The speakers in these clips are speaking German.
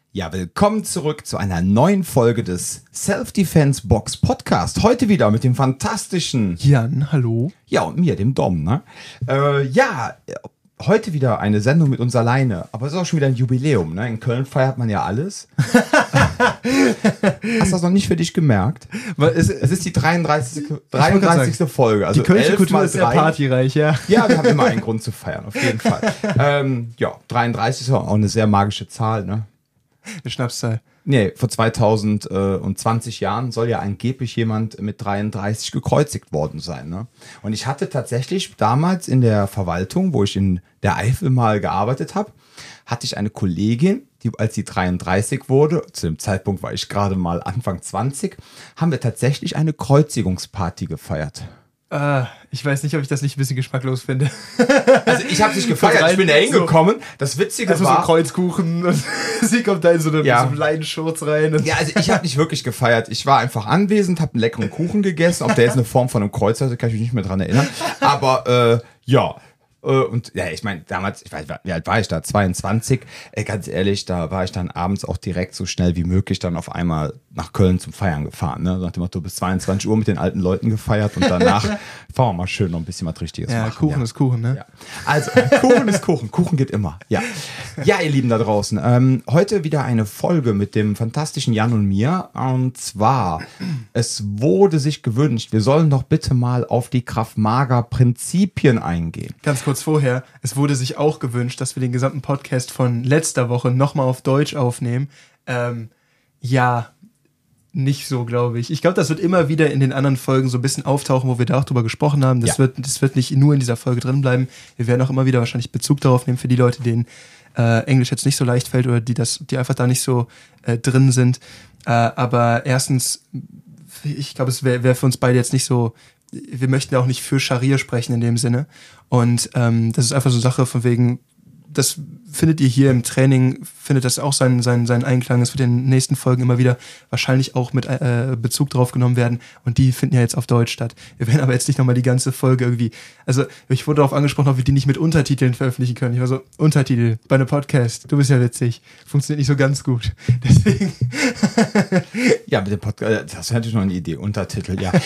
Ja, willkommen zurück zu einer neuen Folge des Self-Defense Box Podcast. Heute wieder mit dem fantastischen Jan, hallo. Ja, und mir, dem Dom, ne? Heute wieder eine Sendung mit uns alleine, aber es ist auch schon wieder ein Jubiläum, ne? In Köln feiert man ja alles. Hast du das noch nicht für dich gemerkt? Es ist die 33. Folge. Also die Kölsche Kultur ist sehr 3. partyreich, ja. Ja, wir haben immer einen Grund zu feiern, auf jeden Fall. 33 ist auch eine sehr magische Zahl, ne? Eine Schnapszahl. Nee, vor 2020 Jahren soll ja angeblich jemand mit 33 gekreuzigt worden sein. Ne? Und ich hatte tatsächlich damals in der Verwaltung, wo ich in der Eifel mal gearbeitet habe, hatte ich eine Kollegin, die, als sie 33 wurde, zu dem Zeitpunkt war ich gerade mal Anfang 20, haben wir tatsächlich eine Kreuzigungsparty gefeiert. Ich weiß nicht, ob ich das nicht ein bisschen geschmacklos finde. Also ich habe nicht gefeiert, ich bin da hingekommen. Das Witzige war... so Kreuzkuchen und sie kommt da in so einen Leinenschurz rein. Ja, also ich habe nicht wirklich gefeiert. Ich war einfach anwesend, habe einen leckeren Kuchen gegessen. Ob der jetzt eine Form von einem Kreuz hatte, kann ich mich nicht mehr dran erinnern. Aber und ja, ich meine, damals, ich weiß, wie alt war ich da? 22. Ganz ehrlich, da war ich dann abends auch direkt so schnell wie möglich dann auf einmal nach Köln zum Feiern gefahren. Ne? Nach dem Motto, bis 22 Uhr mit den alten Leuten gefeiert und danach fahren wir mal schön noch ein bisschen was Richtiges machen. Kuchen ist Kuchen, ne? Ja. Also, Kuchen ist Kuchen. Kuchen geht immer. Ja, ihr Lieben da draußen. Heute wieder eine Folge mit dem fantastischen Jan und mir. Und zwar, es wurde sich gewünscht, wir sollen doch bitte mal auf die Krav-Maga-Prinzipien eingehen. Ganz kurz vorher, es wurde sich auch gewünscht, dass wir den gesamten Podcast von letzter Woche nochmal auf Deutsch aufnehmen. Nicht so, glaube ich. Ich glaube, das wird immer wieder in den anderen Folgen so ein bisschen auftauchen, wo wir da auch drüber gesprochen haben. Das wird nicht nur in dieser Folge drin bleiben. Wir werden auch immer wieder wahrscheinlich Bezug darauf nehmen für die Leute, denen Englisch jetzt nicht so leicht fällt oder die einfach da nicht so drin sind. Aber erstens, ich glaube, es wäre für uns beide jetzt nicht so, wir möchten ja auch nicht für Scharia sprechen in dem Sinne. Und das ist einfach so eine Sache von wegen, das findet ihr hier im Training, findet das auch seinen Einklang. Es wird in den nächsten Folgen immer wieder wahrscheinlich auch mit Bezug drauf genommen werden. Und die finden ja jetzt auf Deutsch statt. Wir werden aber jetzt nicht nochmal die ganze Folge irgendwie, also ich wurde darauf angesprochen, ob wir die nicht mit Untertiteln veröffentlichen können. Ich war so, Untertitel bei einem Podcast, du bist ja witzig. Funktioniert nicht so ganz gut. Deswegen. Ja, mit dem Podcast, das hätte ich noch eine Idee. Untertitel, ja.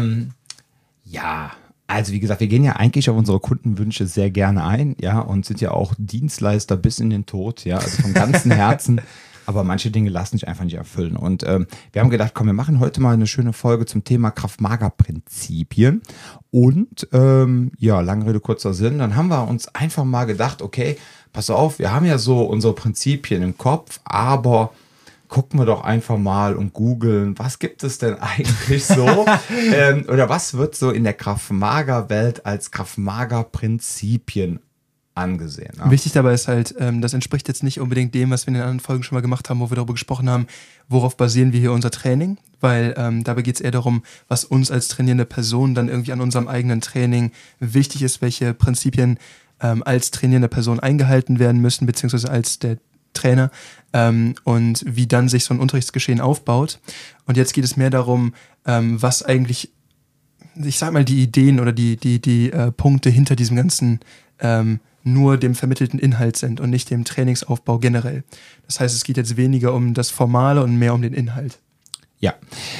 Also wie gesagt, wir gehen ja eigentlich auf unsere Kundenwünsche sehr gerne ein, ja, und sind ja auch Dienstleister bis in den Tod, ja, also vom ganzen Herzen. Aber manche Dinge lassen sich einfach nicht erfüllen. Und wir haben gedacht, komm, wir machen heute mal eine schöne Folge zum Thema Krav-Maga-Prinzipien. Und lange Rede, kurzer Sinn, dann haben wir uns einfach mal gedacht, okay, pass auf, wir haben ja so unsere Prinzipien im Kopf, aber gucken wir doch einfach mal und googeln, was gibt es denn eigentlich so? Oder was wird so in der Krav-Maga-Welt als Krav-Maga-Prinzipien angesehen? Ne? Wichtig dabei ist halt, das entspricht jetzt nicht unbedingt dem, was wir in den anderen Folgen schon mal gemacht haben, wo wir darüber gesprochen haben, worauf basieren wir hier unser Training, weil dabei geht es eher darum, was uns als trainierende Person dann irgendwie an unserem eigenen Training wichtig ist, welche Prinzipien als trainierende Person eingehalten werden müssen, beziehungsweise als der Trainer und wie dann sich so ein Unterrichtsgeschehen aufbaut. Und jetzt geht es mehr darum, was eigentlich, ich sag mal, die Ideen oder die Punkte hinter diesem ganzen nur dem vermittelten Inhalt sind und nicht dem Trainingsaufbau generell. Das heißt, es geht jetzt weniger um das Formale und mehr um den Inhalt. Ja.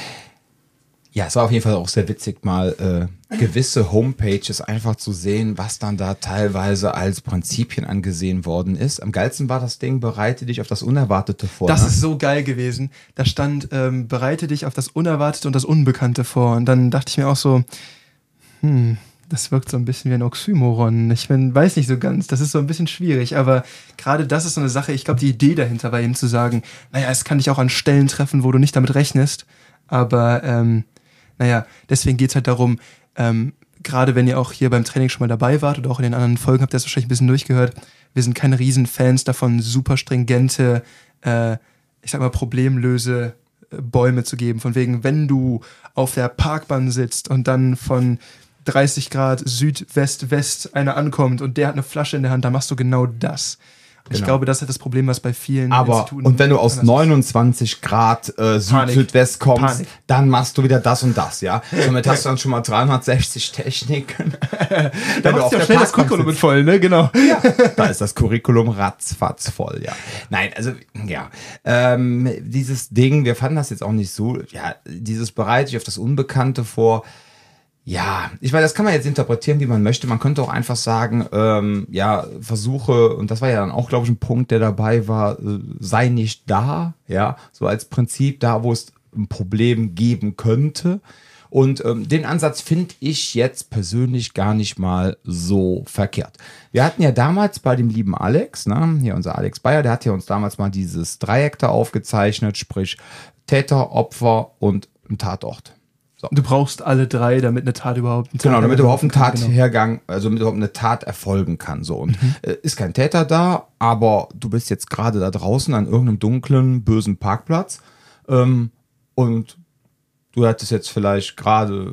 Ja, es war auf jeden Fall auch sehr witzig, mal gewisse Homepages einfach zu sehen, was dann da teilweise als Prinzipien angesehen worden ist. Am geilsten war das Ding, bereite dich auf das Unerwartete vor. Das ist so geil gewesen. Da stand, bereite dich auf das Unerwartete und das Unbekannte vor. Und dann dachte ich mir auch so, das wirkt so ein bisschen wie ein Oxymoron. Ich weiß nicht so ganz, das ist so ein bisschen schwierig. Aber gerade das ist so eine Sache, ich glaube, die Idee dahinter war eben zu sagen, naja, es kann dich auch an Stellen treffen, wo du nicht damit rechnest. Aber deswegen geht es halt darum, gerade wenn ihr auch hier beim Training schon mal dabei wart oder auch in den anderen Folgen habt ihr das wahrscheinlich ein bisschen durchgehört, wir sind keine Riesenfans davon, super stringente, Problemlöse Bäume zu geben. Von wegen, wenn du auf der Parkbahn sitzt und dann von 30 Grad Südwest-West einer ankommt und der hat eine Flasche in der Hand, dann machst du genau das. Ich glaube, das ist das Problem, was bei vielen aber, Instituten... und wenn du aus 29 Grad Süd-Südwest kommst, Panik. dann machst du wieder das und das, ja. Somit hast du dann schon mal 360 Techniken. Da machst du ja schnell das Curriculum mit voll, ne? Genau. Ja, da ist das Curriculum ratzfatz voll, ja. Nein, also, ja. Dieses Ding, wir fanden das jetzt auch nicht so, ja, dieses bereite ich auf das Unbekannte vor. Ja, ich meine, das kann man jetzt interpretieren, wie man möchte. Man könnte auch einfach sagen, ja, versuche, und das war ja dann auch, glaube ich, ein Punkt, der dabei war, sei nicht da, ja, so als Prinzip, da, wo es ein Problem geben könnte. Und den Ansatz finde ich jetzt persönlich gar nicht mal so verkehrt. Wir hatten ja damals bei dem lieben Alex, ne, hier unser Alex Bayer, der hat ja uns damals mal dieses Dreieck da aufgezeichnet, sprich Täter, Opfer und ein Tatort. So. Du brauchst alle drei, damit eine Tat überhaupt... Genau, damit überhaupt ein Tathergang, also damit überhaupt eine Tat erfolgen kann. So. Und ist kein Täter da, aber du bist jetzt gerade da draußen an irgendeinem dunklen, bösen Parkplatz und du hättest jetzt vielleicht gerade,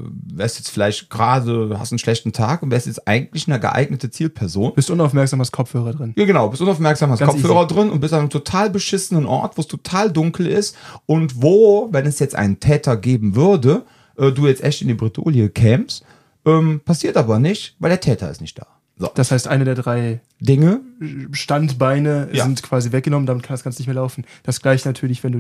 hast einen schlechten Tag und wärst jetzt eigentlich eine geeignete Zielperson. Bist unaufmerksam, hast Kopfhörer drin. Ja, genau, bist unaufmerksam, hast Ganz Kopfhörer drin und bist an einem total beschissenen Ort, wo es total dunkel ist und wo, wenn es jetzt einen Täter geben würde, du jetzt echt in die Bredouille kämst, passiert aber nicht, weil der Täter ist nicht da. So. Das heißt, eine der drei Dinge, Standbeine sind quasi weggenommen, damit kann das Ganze nicht mehr laufen. Das gleiche natürlich, wenn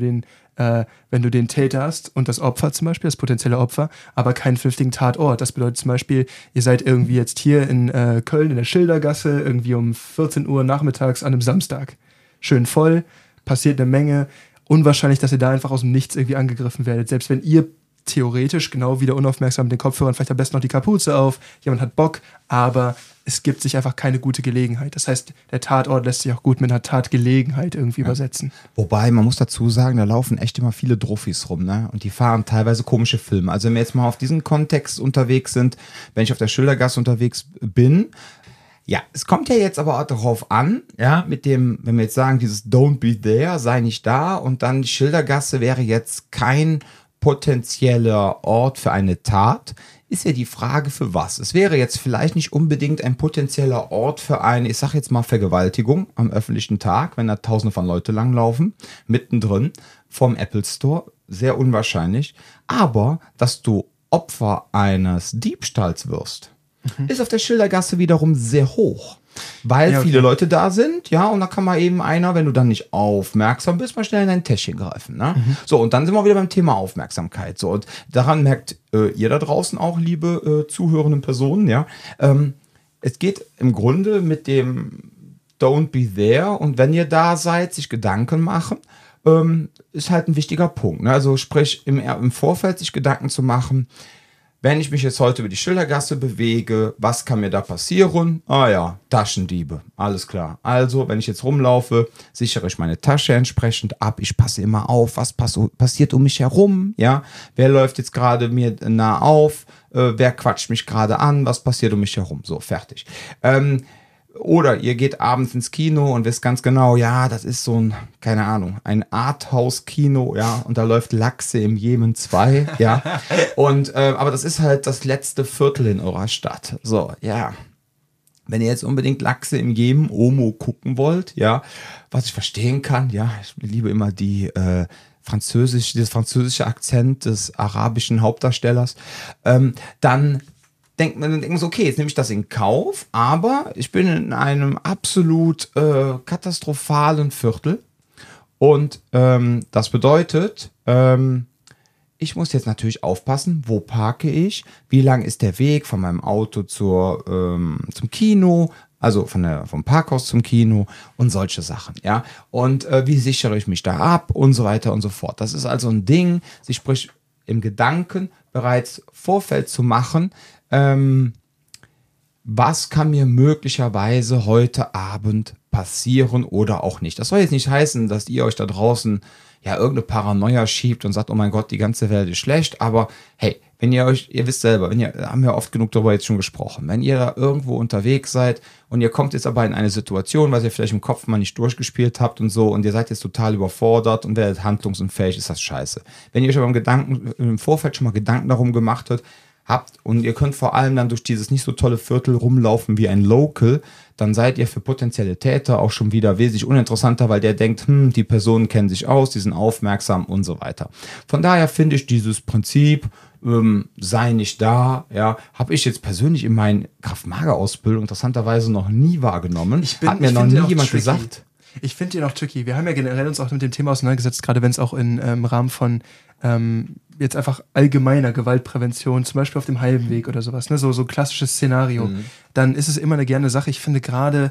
du den Täter hast und das Opfer zum Beispiel, das potenzielle Opfer, aber keinen vernünftigen Tatort. Das bedeutet zum Beispiel, ihr seid irgendwie jetzt hier in Köln in der Schildergasse, irgendwie um 14 Uhr nachmittags an einem Samstag. Schön voll, passiert eine Menge. Unwahrscheinlich, dass ihr da einfach aus dem Nichts irgendwie angegriffen werdet. Selbst wenn ihr theoretisch genau wieder unaufmerksam mit den Kopfhörern, vielleicht am besten noch die Kapuze auf, jemand hat Bock, aber es gibt sich einfach keine gute Gelegenheit. Das heißt, der Tatort lässt sich auch gut mit einer Tatgelegenheit irgendwie übersetzen. Wobei, man muss dazu sagen, da laufen echt immer viele Druffis rum, ne? Und die fahren teilweise komische Filme. Also wenn wir jetzt mal auf diesen Kontext unterwegs sind, wenn ich auf der Schildergasse unterwegs bin, ja, es kommt ja jetzt aber auch darauf an, ja, mit dem, wenn wir jetzt sagen, dieses Don't be there, sei nicht da und dann die Schildergasse wäre jetzt kein potenzieller Ort für eine Tat, ist ja die Frage für was. Es wäre jetzt vielleicht nicht unbedingt ein potenzieller Ort für eine, ich sag jetzt mal Vergewaltigung am öffentlichen Tag, wenn da tausende von Leute langlaufen, mittendrin vom Apple Store, sehr unwahrscheinlich. Aber, dass du Opfer eines Diebstahls wirst, ist auf der Schildergasse wiederum sehr hoch. Weil viele Leute da sind, ja, und da kann man eben wenn du dann nicht aufmerksam bist, mal schnell in dein Täschchen greifen, ne? So, und dann sind wir wieder beim Thema Aufmerksamkeit, so, und daran merkt ihr da draußen auch, liebe zuhörenden Personen, ja, es geht im Grunde mit dem Don't be there und wenn ihr da seid, sich Gedanken machen, ist halt ein wichtiger Punkt, ne? Also sprich, im Vorfeld sich Gedanken zu machen, wenn ich mich jetzt heute über die Schildergasse bewege, was kann mir da passieren? Ah ja, Taschendiebe, alles klar. Also, wenn ich jetzt rumlaufe, sichere ich meine Tasche entsprechend ab. Ich passe immer auf, was passiert um mich herum, ja? Wer läuft jetzt gerade mir nah auf? Wer quatscht mich gerade an? Was passiert um mich herum? So, fertig. Oder ihr geht abends ins Kino und wisst ganz genau, ja, das ist so ein, keine Ahnung, ein Arthouse-Kino, ja, und da läuft Lachse im Jemen 2, ja. Und, aber das ist halt das letzte Viertel in eurer Stadt. So, ja. Wenn ihr jetzt unbedingt Lachse im Jemen, Omo gucken wollt, ja, was ich verstehen kann, ja, ich liebe immer dieses französische Akzent des arabischen Hauptdarstellers, dann denkt man so, okay, jetzt nehme ich das in Kauf, aber ich bin in einem absolut katastrophalen Viertel und das bedeutet, ich muss jetzt natürlich aufpassen, wo parke ich, wie lang ist der Weg von meinem Auto zum Kino, also vom Parkhaus zum Kino und solche Sachen, ja, und wie sichere ich mich da ab und so weiter und so fort. Das ist also ein Ding, sich sprich im Gedanken bereits Vorfeld zu machen, was kann mir möglicherweise heute Abend passieren oder auch nicht. Das soll jetzt nicht heißen, dass ihr euch da draußen ja irgendeine Paranoia schiebt und sagt, oh mein Gott, die ganze Welt ist schlecht, aber hey, wenn ihr wisst selber, haben wir oft genug darüber jetzt schon gesprochen, wenn ihr da irgendwo unterwegs seid und ihr kommt jetzt aber in eine Situation, weil ihr vielleicht im Kopf mal nicht durchgespielt habt und so und ihr seid jetzt total überfordert und werdet handlungsunfähig, ist das scheiße. Wenn ihr euch aber im Vorfeld schon mal Gedanken darum gemacht habt, habt und ihr könnt vor allem dann durch dieses nicht so tolle Viertel rumlaufen wie ein Local, dann seid ihr für potenzielle Täter auch schon wieder wesentlich uninteressanter, weil der denkt, die Personen kennen sich aus, die sind aufmerksam und so weiter. Von daher finde ich dieses Prinzip, sei nicht da, ja, habe ich jetzt persönlich in meiner Krav-Maga-Ausbildung interessanterweise noch nie wahrgenommen. Hat mir noch nie jemand gesagt. Ich finde den auch tricky. Wir haben ja generell uns auch mit dem Thema auseinandergesetzt, gerade wenn es auch im Rahmen von jetzt einfach allgemeiner Gewaltprävention, zum Beispiel auf dem Heimweg oder sowas, ne, so klassisches Szenario, dann ist es immer eine gerne Sache. Ich finde gerade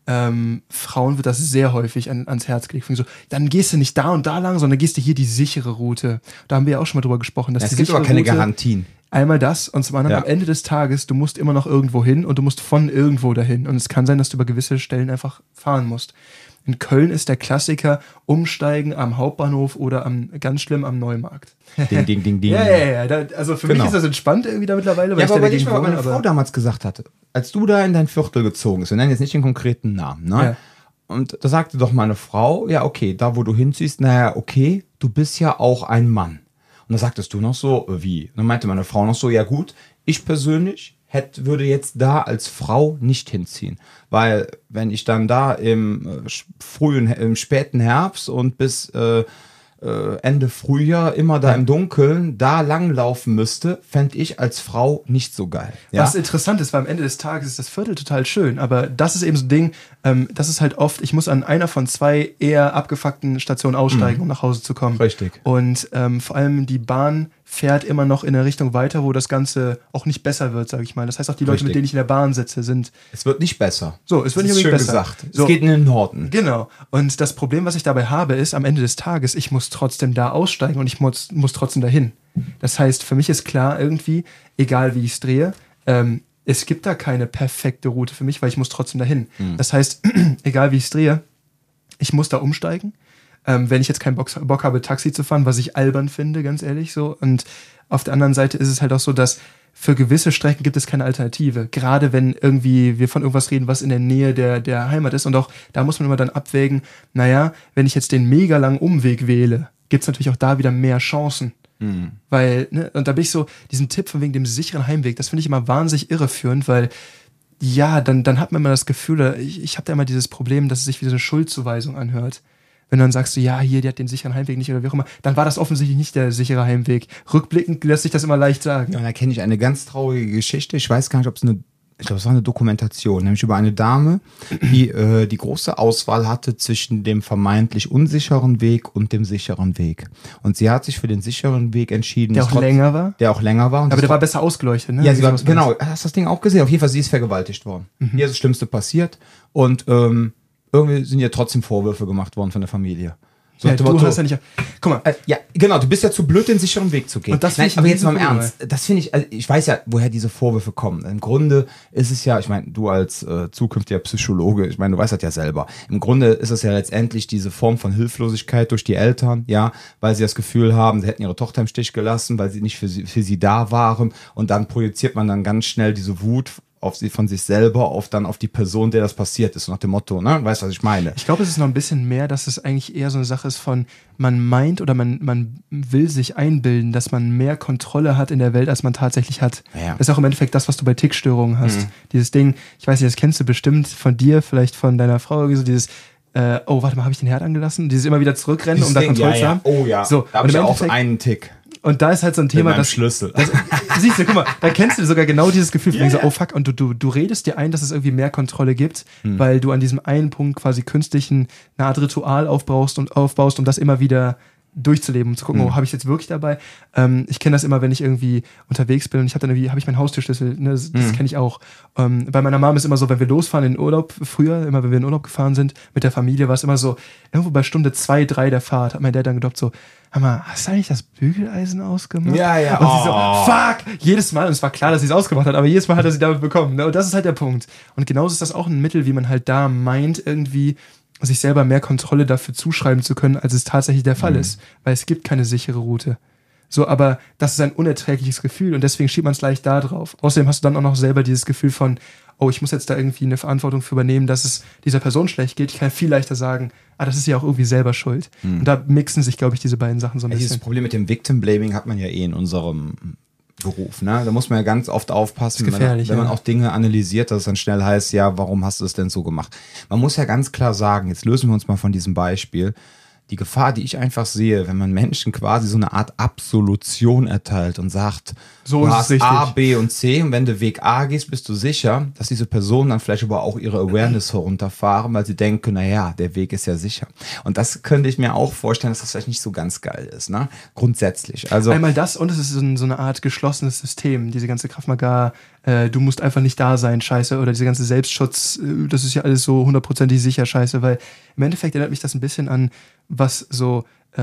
Frauen wird das sehr häufig ans Herz gelegt. So, dann gehst du nicht da und da lang, sondern gehst du hier die sichere Route. Da haben wir ja auch schon mal drüber gesprochen. Dass es gibt aber keine Garantien. Einmal das und zum anderen am Ende des Tages, du musst immer noch irgendwo hin und du musst von irgendwo dahin. Und es kann sein, dass du über gewisse Stellen einfach fahren musst. In Köln ist der Klassiker Umsteigen am Hauptbahnhof oder ganz schlimm am Neumarkt. Ding, ding, ding, ding. Ja. Also für mich ist das entspannt irgendwie da mittlerweile. Weil aber nicht mal, was meine Frau damals gesagt hatte. Als du da in dein Viertel gezogen bist, wir nennen jetzt nicht den konkreten Namen, ne? Ja. Und da sagte doch meine Frau, ja okay, da wo du hinziehst, naja okay, du bist ja auch ein Mann. Und da sagtest du noch so, wie? Und dann meinte meine Frau noch so, ja gut, ich persönlich würde jetzt da als Frau nicht hinziehen. Weil wenn ich dann da im späten Herbst und bis Ende Frühjahr immer da im Dunkeln da langlaufen müsste, fände ich als Frau nicht so geil. Ja? Was interessant ist, weil am Ende des Tages ist das Viertel total schön, aber das ist eben so ein Ding, das ist halt oft, ich muss an einer von 2 eher abgefuckten Stationen aussteigen, um nach Hause zu kommen. Richtig. Und vor allem die Bahn fährt immer noch in eine Richtung weiter, wo das Ganze auch nicht besser wird, sage ich mal. Das heißt auch die Leute, mit denen ich in der Bahn sitze, sind... Es wird nicht besser. So, es wird nicht schön besser. Gesagt. So. Es geht in den Norden. Genau. Und das Problem, was ich dabei habe, ist, am Ende des Tages, ich muss trotzdem da aussteigen und ich muss trotzdem dahin. Das heißt, für mich ist klar irgendwie, egal wie ich es drehe, es gibt da keine perfekte Route für mich, weil ich muss trotzdem dahin. Das heißt, egal wie ich es drehe, ich muss da umsteigen. Wenn ich jetzt keinen Bock habe, Taxi zu fahren, was ich albern finde, ganz ehrlich so. Und auf der anderen Seite ist es halt auch so, dass für gewisse Strecken gibt es keine Alternative. Gerade wenn irgendwie wir von irgendwas reden, was in der Nähe der Heimat ist. Und auch da muss man immer dann abwägen, naja, wenn ich jetzt den mega langen Umweg wähle, gibt es natürlich auch da wieder mehr Chancen. Weil, ne, und da bin ich so, diesen Tipp von wegen dem sicheren Heimweg, das finde ich immer wahnsinnig irreführend, weil ja, dann hat man immer das Gefühl, ich habe da immer dieses Problem, dass es sich wie so eine Schuldzuweisung anhört. Wenn du dann sagst, ja, hier, die hat den sicheren Heimweg nicht oder wie auch immer, dann war das offensichtlich nicht der sichere Heimweg. Rückblickend lässt sich das immer leicht sagen. Ja, und da kenne ich eine ganz traurige Geschichte. Ich weiß gar nicht, ich glaube, es war eine Dokumentation, nämlich über eine Dame, die die große Auswahl hatte zwischen dem vermeintlich unsicheren Weg und dem sicheren Weg. Und sie hat sich für den sicheren Weg entschieden. Der auch länger war? Der auch länger war. Und aber der war besser ausgeleuchtet, ne? Ja, sie war, genau. Hast du das Ding auch gesehen? Auf jeden Fall, sie ist vergewaltigt worden. Hier ist das Schlimmste passiert. Und irgendwie sind ihr trotzdem Vorwürfe gemacht worden von der Familie. So ja, du hast ja nicht... Guck mal. Ja, genau, du bist ja zu blöd, den sicheren Weg zu gehen. Und das aber jetzt mal im Ernst, das finde ich, also ich weiß ja, woher diese Vorwürfe kommen. Im Grunde ist es ja, ich meine, du als zukünftiger Psychologe, ich meine, du weißt das ja selber. Im Grunde ist es ja letztendlich diese Form von Hilflosigkeit durch die Eltern, ja, weil sie das Gefühl haben, sie hätten ihre Tochter im Stich gelassen, weil sie nicht für sie da waren. Und dann projiziert man dann ganz schnell diese Wut von sich selber auf die Person, der das passiert ist, nach dem Motto, ne? Weißt du, was ich meine? Ich glaube, es ist noch ein bisschen mehr, dass es eigentlich eher so eine Sache ist von, man meint oder man will sich einbilden, dass man mehr Kontrolle hat in der Welt, als man tatsächlich hat. Ja. Das ist auch im Endeffekt das, was du bei Tickstörungen hast. Dieses Ding, ich weiß nicht, das kennst du bestimmt von dir, vielleicht von deiner Frau, so dieses oh, warte mal, habe ich den Herd angelassen? Dieses immer wieder zurückrennen, um da Kontrolle zu haben. Oh ja, so, da habe ich ja auch einen Tick. Und da ist halt so ein Thema, das Schlüssel. Siehst du, guck mal, da kennst du sogar genau dieses Gefühl, von so, oh fuck, und du redest dir ein, dass es irgendwie mehr Kontrolle gibt, weil du an diesem einen Punkt quasi künstlichen eine Art Ritual aufbaust, um das immer wieder durchzuleben, um zu gucken, oh, habe ich jetzt wirklich dabei? Ich kenne das immer, wenn ich irgendwie unterwegs bin und ich habe dann irgendwie, meinen Haustürschlüssel, ne, das kenne ich auch. Bei meiner Mom ist immer so, wenn wir losfahren in den Urlaub, früher, immer wenn wir in den Urlaub gefahren sind, mit der Familie, war es immer so, irgendwo bei Stunde 2, 3 der Fahrt, hat mein Dad dann gedacht so, Hammer, hast du eigentlich das Bügeleisen ausgemacht? Ja, ja. Und sie so, fuck! Jedes Mal, und es war klar, dass sie es ausgemacht hat, aber jedes Mal hat er sie damit bekommen. Ne? Und das ist halt der Punkt. Und genauso ist das auch ein Mittel, wie man halt da meint, irgendwie sich selber mehr Kontrolle dafür zuschreiben zu können, als es tatsächlich der Fall ist. Weil es gibt keine sichere Route. So, aber das ist ein unerträgliches Gefühl und deswegen schiebt man es leicht da drauf. Außerdem hast du dann auch noch selber dieses Gefühl von, oh, ich muss jetzt da irgendwie eine Verantwortung für übernehmen, dass es dieser Person schlecht geht. Ich kann viel leichter sagen, das ist ja auch irgendwie selber schuld. Und da mixen sich, glaube ich, diese beiden Sachen so ein bisschen. Dieses Problem mit dem Victim Blaming hat man ja in unserem Beruf, ne? Da muss man ja ganz oft aufpassen, wenn man auch Dinge analysiert, dass es dann schnell heißt, ja, warum hast du es denn so gemacht? Man muss ja ganz klar sagen, jetzt lösen wir uns mal von diesem Beispiel, die Gefahr, die ich einfach sehe, wenn man Menschen quasi so eine Art Absolution erteilt und sagt, so du hast A, B und C und wenn du Weg A gehst, bist du sicher, dass diese Personen dann vielleicht aber auch ihre Awareness herunterfahren, weil sie denken, naja, der Weg ist ja sicher. Und das könnte ich mir auch vorstellen, dass das vielleicht nicht so ganz geil ist, ne? Grundsätzlich. Also einmal das und es ist so eine Art geschlossenes System, diese ganze Krav Maga, du musst einfach nicht da sein, Scheiße, oder diese ganze Selbstschutz, das ist ja alles so 100% sicher, Scheiße, weil im Endeffekt erinnert mich das ein bisschen an, was so,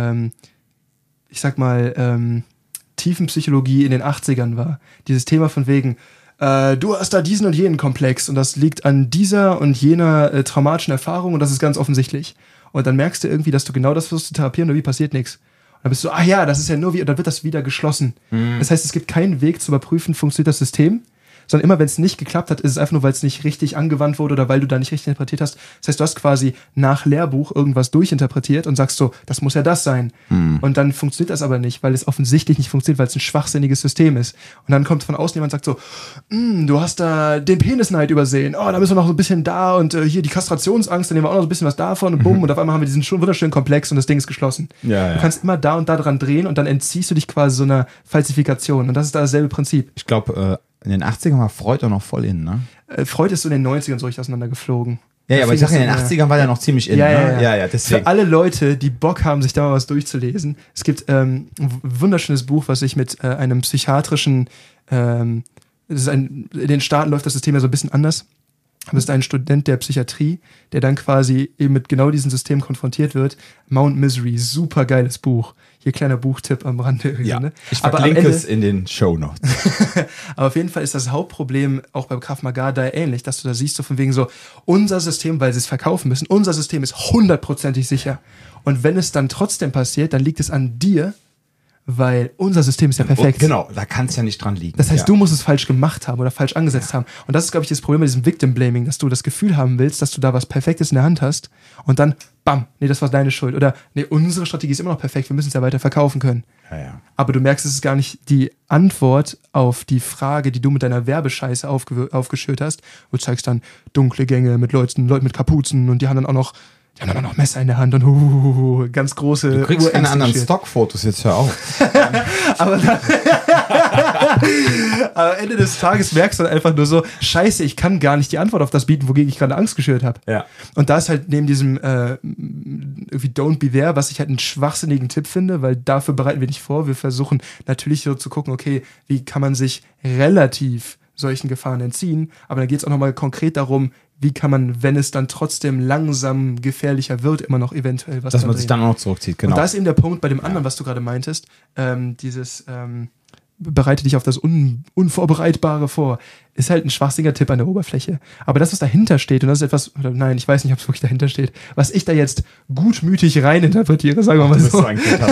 ich sag mal, Tiefenpsychologie in den 80ern war. Dieses Thema von wegen, du hast da diesen und jenen Komplex und das liegt an dieser und jener traumatischen Erfahrung und das ist ganz offensichtlich. Und dann merkst du irgendwie, dass du genau das versuchst zu therapieren und wie passiert nichts. Und dann bist du, ach ja, das ist ja nur wie, und dann wird das wieder geschlossen. Das heißt, es gibt keinen Weg zu überprüfen, funktioniert das System, sondern immer, wenn es nicht geklappt hat, ist es einfach nur, weil es nicht richtig angewandt wurde oder weil du da nicht richtig interpretiert hast. Das heißt, du hast quasi nach Lehrbuch irgendwas durchinterpretiert und sagst so, das muss ja das sein. Und dann funktioniert das aber nicht, weil es offensichtlich nicht funktioniert, weil es ein schwachsinniges System ist. Und dann kommt von außen jemand und sagt so, du hast da den Penisneid übersehen. Oh, da müssen wir noch so ein bisschen da und hier die Kastrationsangst, dann nehmen wir auch noch so ein bisschen was davon und bumm. Und auf einmal haben wir diesen schon wunderschönen Komplex und das Ding ist geschlossen. Ja. Du kannst immer da und da dran drehen und dann entziehst du dich quasi so einer Falsifikation. Und das ist da dasselbe Prinzip. Ich glaube, in den 80ern war Freud auch noch voll in, ne? Freud ist so in den 90ern so richtig auseinandergeflogen. Ja, aber ich sage, in den 80ern war der noch ziemlich in, ne? Ja, deswegen. Für alle Leute, die Bock haben, sich da mal was durchzulesen, es gibt ein wunderschönes Buch, was ich mit einem psychiatrischen, in den Staaten läuft das System ja so ein bisschen anders. Du bist ein Student der Psychiatrie, der dann quasi eben mit genau diesem System konfrontiert wird. Mount Misery, super geiles Buch. Hier kleiner Buchtipp am Rande. Ja, ne? Ich verlinke es in den Shownotes. Aber auf jeden Fall ist das Hauptproblem auch beim Krav Maga da ähnlich, dass du da siehst, so von wegen so, unser System, weil sie es verkaufen müssen, unser System ist 100% sicher. Und wenn es dann trotzdem passiert, dann liegt es an dir, weil unser System ist ja perfekt. Genau, da kann es ja nicht dran liegen. Das heißt, du musst es falsch gemacht haben oder falsch angesetzt haben. Und das ist, glaube ich, das Problem bei diesem Victim-Blaming, dass du das Gefühl haben willst, dass du da was Perfektes in der Hand hast und dann, bam, nee, das war deine Schuld. Oder, nee, unsere Strategie ist immer noch perfekt, wir müssen es ja weiter verkaufen können. Ja. Aber du merkst, es ist gar nicht die Antwort auf die Frage, die du mit deiner Werbescheiße aufgeschürt hast. Du zeigst dann dunkle Gänge mit Leuten mit Kapuzen und die haben dann auch noch Messer in der Hand und ganz große. Du kriegst keine anderen Stockfotos, jetzt hör auf. aber am Ende des Tages merkst du dann einfach nur so, scheiße, ich kann gar nicht die Antwort auf das bieten, wogegen ich gerade Angst geschürt habe. Ja. Und da ist halt neben diesem irgendwie Don't Be There, was ich halt einen schwachsinnigen Tipp finde, weil dafür bereiten wir nicht vor. Wir versuchen natürlich so zu gucken, okay, wie kann man sich relativ solchen Gefahren entziehen, aber dann geht es auch nochmal konkret darum, wie kann man, wenn es dann trotzdem langsam gefährlicher wird, immer noch eventuell was dass man sich dann auch noch zurückzieht, genau. Und da ist eben der Punkt bei dem anderen, was du gerade meintest, bereite dich auf das Unvorbereitbare vor, ist halt ein schwachsinniger Tipp an der Oberfläche. Aber das, was dahinter steht, und das ist etwas, nein, ich weiß nicht, ob es wirklich dahinter steht, was ich da jetzt gutmütig reininterpretiere, sagen wir mal so,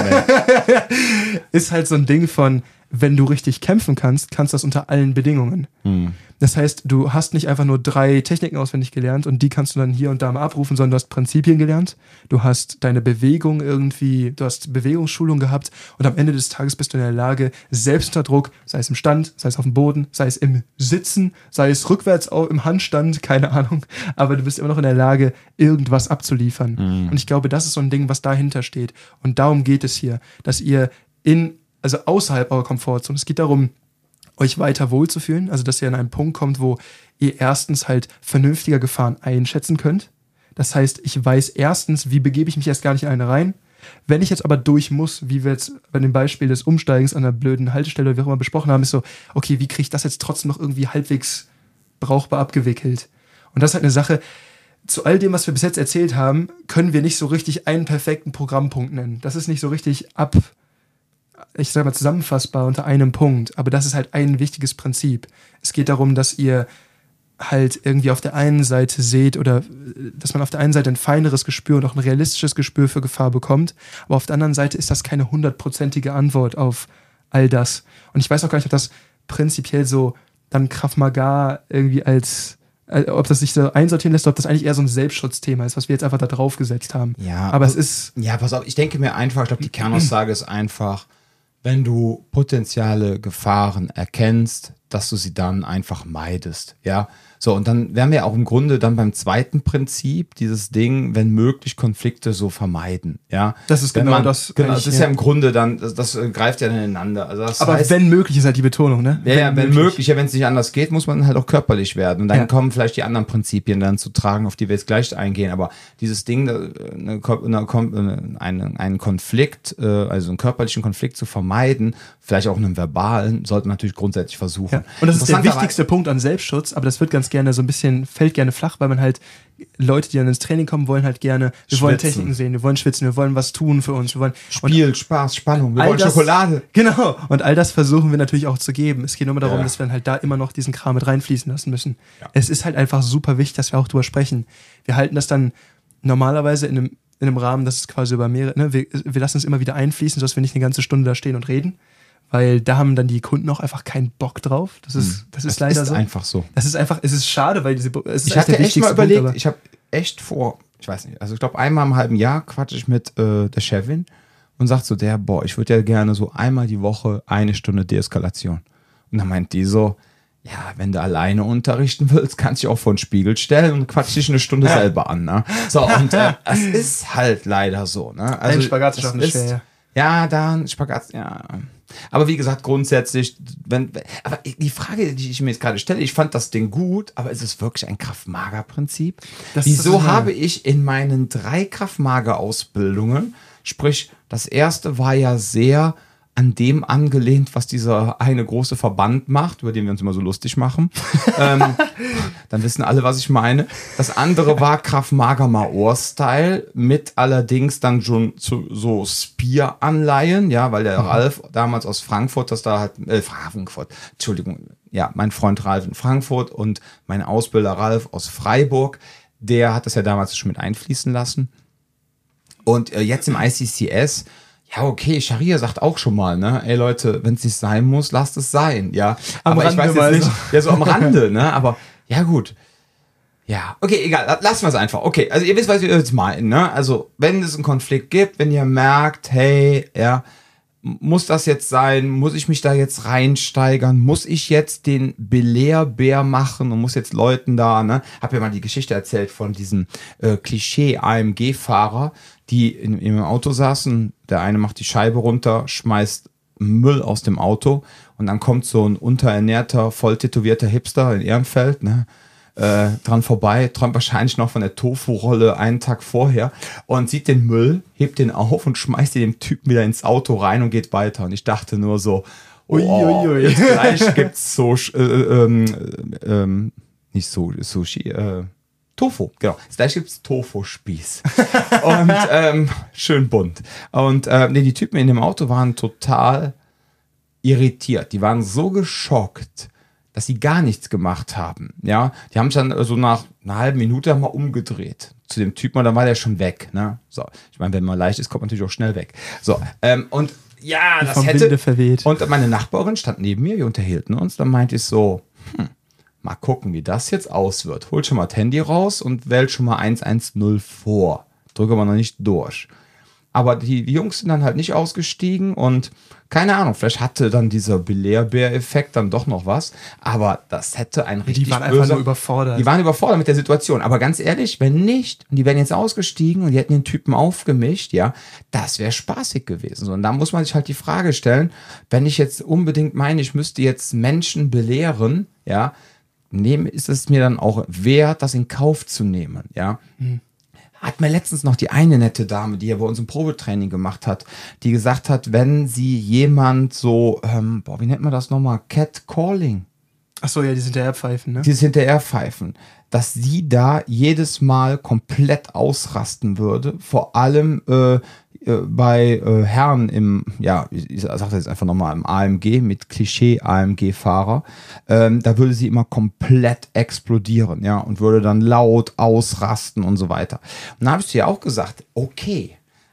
ist halt so ein Ding von, wenn du richtig kämpfen kannst, kannst du das unter allen Bedingungen. Das heißt, du hast nicht einfach nur 3 Techniken auswendig gelernt und die kannst du dann hier und da mal abrufen, sondern du hast Prinzipien gelernt, du hast deine Bewegung irgendwie, du hast Bewegungsschulung gehabt und am Ende des Tages bist du in der Lage, selbst unter Druck, sei es im Stand, sei es auf dem Boden, sei es im Sitzen, sei es rückwärts im Handstand, keine Ahnung, aber du bist immer noch in der Lage, irgendwas abzuliefern. Und ich glaube, das ist so ein Ding, was dahinter steht. Und darum geht es hier, dass ihr also außerhalb eurer Komfortzone, es geht darum, euch weiter wohlzufühlen, also dass ihr an einen Punkt kommt, wo ihr erstens halt vernünftiger Gefahren einschätzen könnt. Das heißt, ich weiß erstens, wie begebe ich mich erst gar nicht in eine rein. Wenn ich jetzt aber durch muss, wie wir jetzt bei dem Beispiel des Umsteigens an einer blöden Haltestelle oder wie auch immer besprochen haben, ist so, okay, wie kriege ich das jetzt trotzdem noch irgendwie halbwegs brauchbar abgewickelt? Und das ist halt eine Sache, zu all dem, was wir bis jetzt erzählt haben, können wir nicht so richtig einen perfekten Programmpunkt nennen. Das ist nicht so richtig zusammenfassbar unter einem Punkt, aber das ist halt ein wichtiges Prinzip. Es geht darum, dass ihr halt irgendwie auf der einen Seite seht oder dass man auf der einen Seite ein feineres Gespür und auch ein realistisches Gespür für Gefahr bekommt, aber auf der anderen Seite ist das keine 100%ige Antwort auf all das. Und ich weiß auch gar nicht, ob das prinzipiell so dann Krav Maga irgendwie ob das sich so einsortieren lässt, ob das eigentlich eher so ein Selbstschutzthema ist, was wir jetzt einfach da drauf gesetzt haben. Ja, aber es ist... Ja, pass auf, ich denke mir einfach, ich glaube, die Kernaussage ist einfach, wenn du potenzielle Gefahren erkennst, dass du sie dann einfach meidest, ja. So, und dann wären wir auch im Grunde dann beim zweiten Prinzip, dieses Ding, wenn möglich, Konflikte so vermeiden, ja. Das ist genau das. Genau, das ist ja im Grunde dann, das greift ja dann ineinander. Also das aber heißt, wenn möglich ist halt die Betonung, ne? Ja, wenn möglich, ja, wenn es nicht anders geht, muss man halt auch körperlich werden. Und dann kommen vielleicht die anderen Prinzipien dann zu tragen, auf die wir jetzt gleich eingehen. Aber dieses Ding, einen Konflikt, also einen körperlichen Konflikt zu vermeiden, vielleicht auch einen verbalen, sollte man natürlich grundsätzlich versuchen. Ja. Und das ist der wichtigste Punkt an Selbstschutz, aber das wird ganz gerne so ein bisschen, fällt gerne flach, weil man halt, Leute, die dann ins Training kommen, wollen halt gerne, wir wollen Techniken sehen, wir wollen schwitzen, wir wollen was tun für uns, wir wollen Spiel, Spaß, Spannung, wir wollen Schokolade. Genau, und all das versuchen wir natürlich auch zu geben. Es geht nur darum, dass wir dann halt da immer noch diesen Kram mit reinfließen lassen müssen. Ja. Es ist halt einfach super wichtig, dass wir auch drüber sprechen. Wir halten das dann normalerweise in einem Rahmen, das ist quasi über mehrere, ne? Wir lassen es immer wieder einfließen, sodass wir nicht eine ganze Stunde da stehen und reden. Weil da haben dann die Kunden auch einfach keinen Bock drauf. Das ist leider so. Das ist einfach so. Das ist einfach, es ist schade, weil ich hatte echt mal überlegt, Punkt, ich habe echt ich weiß nicht, also ich glaube einmal im halben Jahr quatsche ich mit der Chefin und sagt so ich würde ja gerne so einmal die Woche 1 Stunde Deeskalation. Und dann meint die so, ja, wenn du alleine unterrichten willst, kannst du dich auch vor den Spiegel stellen und quatsch dich 1 Stunde selber an. Ne? So, und es ist halt leider so. Ne? Also, ein Spagat zu schaffen ist schwer, ja. Ja, dann Spagat, ja. Aber wie gesagt, grundsätzlich, aber die Frage, die ich mir jetzt gerade stelle, ich fand das Ding gut, aber ist es wirklich ein Krav-Maga-Prinzip? Wieso habe ich in meinen 3 Krav-Maga-Ausbildungen, sprich, das erste war ja sehr an dem angelehnt, was dieser eine große Verband macht, über den wir uns immer so lustig machen. Dann wissen alle, was ich meine. Das andere war Krav Maga Maor-Style, mit allerdings dann schon so Spear-Anleihen, ja, weil der Ralf damals aus Frankfurt, mein Freund Ralf in Frankfurt und mein Ausbilder Ralf aus Freiburg, der hat das ja damals schon mit einfließen lassen. Und jetzt im ICCS, ja, okay, Scharia sagt auch schon mal, ne, ey Leute, wenn es nicht sein muss, lasst es sein, ja. Aber ich weiß jetzt nicht, ja, so am Rande, ne, aber ja, gut. Ja, okay, egal, lassen wir es einfach. Okay, also ihr wisst, was wir jetzt meinen, ne, also wenn es einen Konflikt gibt, wenn ihr merkt, hey, ja, muss das jetzt sein, muss ich mich da jetzt reinsteigern, muss ich jetzt den Belehrbär machen und muss jetzt Leuten da, ne, hab ja mal die Geschichte erzählt von diesem Klischee-AMG-Fahrer, die im Auto saßen, der eine macht die Scheibe runter, schmeißt Müll aus dem Auto und dann kommt so ein unterernährter, voll tätowierter Hipster in Ehrenfeld, ne, dran vorbei, träumt wahrscheinlich noch von der Tofu-Rolle einen Tag vorher und sieht den Müll, hebt den auf und schmeißt den dem Typen wieder ins Auto rein und geht weiter. Und ich dachte nur so, jetzt gleich gibt's so, nicht so, Sushi, Tofu, genau. Gleich gibt's Tofu-Spieß. Und schön bunt. Und die Typen in dem Auto waren total irritiert. Die waren so geschockt, dass sie gar nichts gemacht haben. Ja, die haben sich dann so nach einer halben Minute mal umgedreht zu dem Typen und dann war der schon weg. Ne? So, ich meine, wenn man leicht ist, kommt man natürlich auch schnell weg. So, und ja, das vom Winde verweht. Und meine Nachbarin stand neben mir, wir unterhielten uns, dann meinte ich so, mal gucken, wie das jetzt aus wird. Holt schon mal das Handy raus und wählt schon mal 110 vor. Drücke aber noch nicht durch. Aber die Jungs sind dann halt nicht ausgestiegen und keine Ahnung, vielleicht hatte dann dieser Belehrbär-Effekt dann doch noch was, aber das hätte ein richtig Die waren einfach nur überfordert. Die waren überfordert mit der Situation, aber ganz ehrlich, wenn nicht, und die wären jetzt ausgestiegen und die hätten den Typen aufgemischt, ja, das wäre spaßig gewesen. So, und da muss man sich halt die Frage stellen, wenn ich jetzt unbedingt meine, ich müsste jetzt Menschen belehren, ja, ist es mir dann auch wert, das in Kauf zu nehmen, ja. Hat mir letztens noch die eine nette Dame, die ja bei uns im Probetraining gemacht hat, die gesagt hat, wenn sie jemand so, wie nennt man das nochmal? Catcalling. Ach so, ja, die sind hinterherpfeifen, ne? Dieses Hinterherpfeifen. Dass sie da jedes Mal komplett ausrasten würde. Vor allem bei Herren ich sag das jetzt einfach nochmal, im AMG, mit Klischee-AMG-Fahrer. Da würde sie immer komplett explodieren, ja, und würde dann laut ausrasten und so weiter. Und da habe ich dir auch gesagt, okay,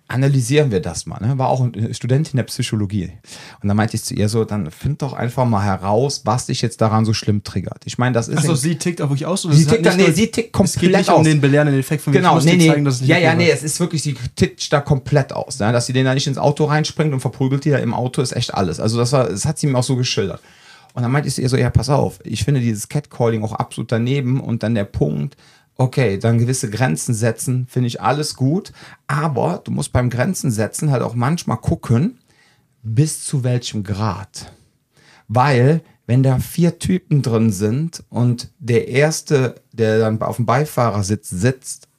analysieren wir das mal. Ne? War auch eine Studentin der Psychologie. Und dann meinte ich zu ihr so, dann find doch einfach mal heraus, was dich jetzt daran so schlimm triggert. Ich meine, das ist... Achso, sie tickt auch wirklich aus? Oder sie tickt komplett aus. Es geht nicht um den belehrenden Effekt von genau, zeigen, dass es nicht es ist wirklich, sie tickt da komplett aus. Ne? Dass sie den da nicht ins Auto reinspringt und verprügelt die da im Auto, ist echt alles. Also das hat sie mir auch so geschildert. Und dann meinte ich zu ihr so, ja, pass auf, ich finde dieses Catcalling auch absolut daneben und dann der Punkt... Okay, dann gewisse Grenzen setzen, finde ich alles gut. Aber du musst beim Grenzen setzen halt auch manchmal gucken, bis zu welchem Grad. Weil, wenn da 4 Typen drin sind und der Erste, der dann auf dem Beifahrersitz sitzt,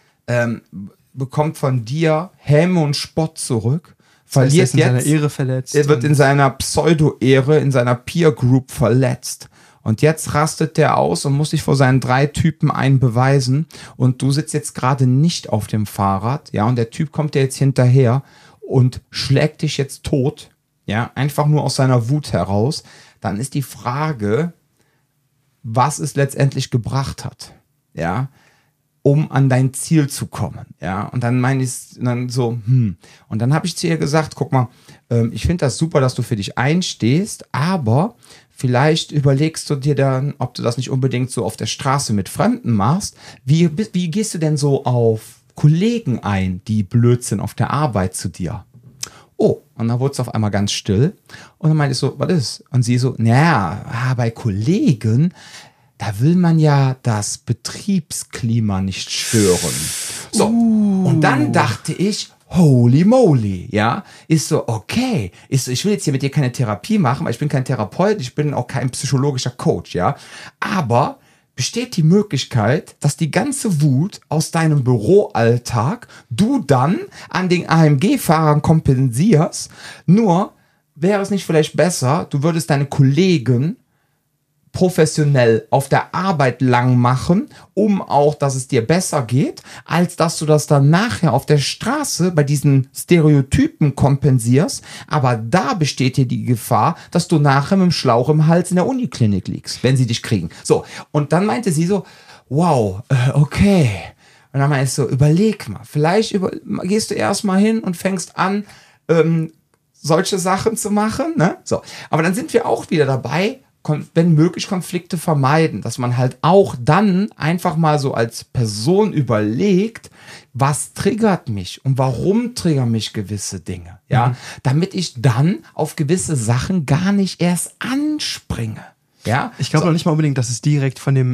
bekommt von dir Häme und Spott zurück, verliert jetzt, seine Ehre verletzt. Er wird in seiner Pseudo-Ehre, in seiner Peer-Group verletzt. Und jetzt rastet der aus und muss sich vor seinen 3 Typen einen beweisen. Und du sitzt jetzt gerade nicht auf dem Fahrrad, ja, und der Typ kommt dir jetzt hinterher und schlägt dich jetzt tot, ja, einfach nur aus seiner Wut heraus. Dann ist die Frage, was es letztendlich gebracht hat, ja, um an dein Ziel zu kommen, ja. Und dann meine ich dann so, Und dann habe ich zu ihr gesagt, guck mal, ich finde das super, dass du für dich einstehst, aber vielleicht überlegst du dir dann, ob du das nicht unbedingt so auf der Straße mit Fremden machst. Wie gehst du denn so auf Kollegen ein, die blöd sind auf der Arbeit zu dir? Oh, und dann wurde es auf einmal ganz still. Und dann meinte ich so, was ist? Und sie so, naja, bei Kollegen, da will man ja das Betriebsklima nicht stören. So, und dann dachte ich, holy moly, ja, ist so, okay, ist so, ich will jetzt hier mit dir keine Therapie machen, weil ich bin kein Therapeut, ich bin auch kein psychologischer Coach, ja, aber besteht die Möglichkeit, dass die ganze Wut aus deinem Büroalltag du dann an den AMG-Fahrern kompensierst, nur wäre es nicht vielleicht besser, du würdest deine Kollegen professionell auf der Arbeit lang machen, um auch, dass es dir besser geht, als dass du das dann nachher auf der Straße bei diesen Stereotypen kompensierst. Aber da besteht hier die Gefahr, dass du nachher mit dem Schlauch im Hals in der Uniklinik liegst, wenn sie dich kriegen. So, und dann meinte sie so, wow, okay. Und dann meinte ich so, überleg mal, vielleicht gehst du erstmal hin und fängst an, solche Sachen zu machen, ne? So, aber dann sind wir auch wieder dabei, wenn möglich Konflikte vermeiden, dass man halt auch dann einfach mal so als Person überlegt, was triggert mich und warum triggern mich gewisse Dinge, ja, damit ich dann auf gewisse Sachen gar nicht erst anspringe, ja. Ich glaube noch nicht mal unbedingt, dass es direkt von dem,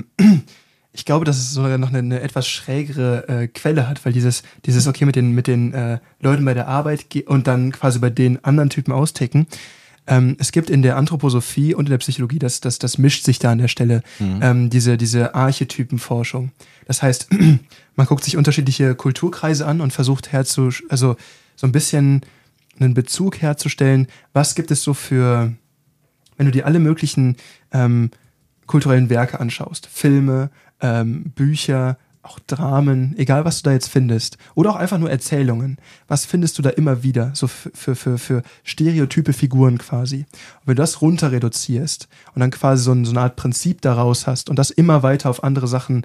ich glaube, dass es sogar noch eine etwas schrägere Quelle hat, weil dieses okay mit den Leuten bei der Arbeit und dann quasi bei den anderen Typen austicken. Es gibt in der Anthroposophie und in der Psychologie, das mischt sich da an der Stelle, diese Archetypenforschung. Das heißt, man guckt sich unterschiedliche Kulturkreise an und versucht so ein bisschen einen Bezug herzustellen, was gibt es so für, wenn du dir alle möglichen kulturellen Werke anschaust, Filme, Bücher, auch Dramen, egal was du da jetzt findest, oder auch einfach nur Erzählungen. Was findest du da immer wieder, so für stereotype Figuren quasi? Und wenn du das runter reduzierst und dann quasi so eine Art Prinzip daraus hast und das immer weiter auf andere Sachen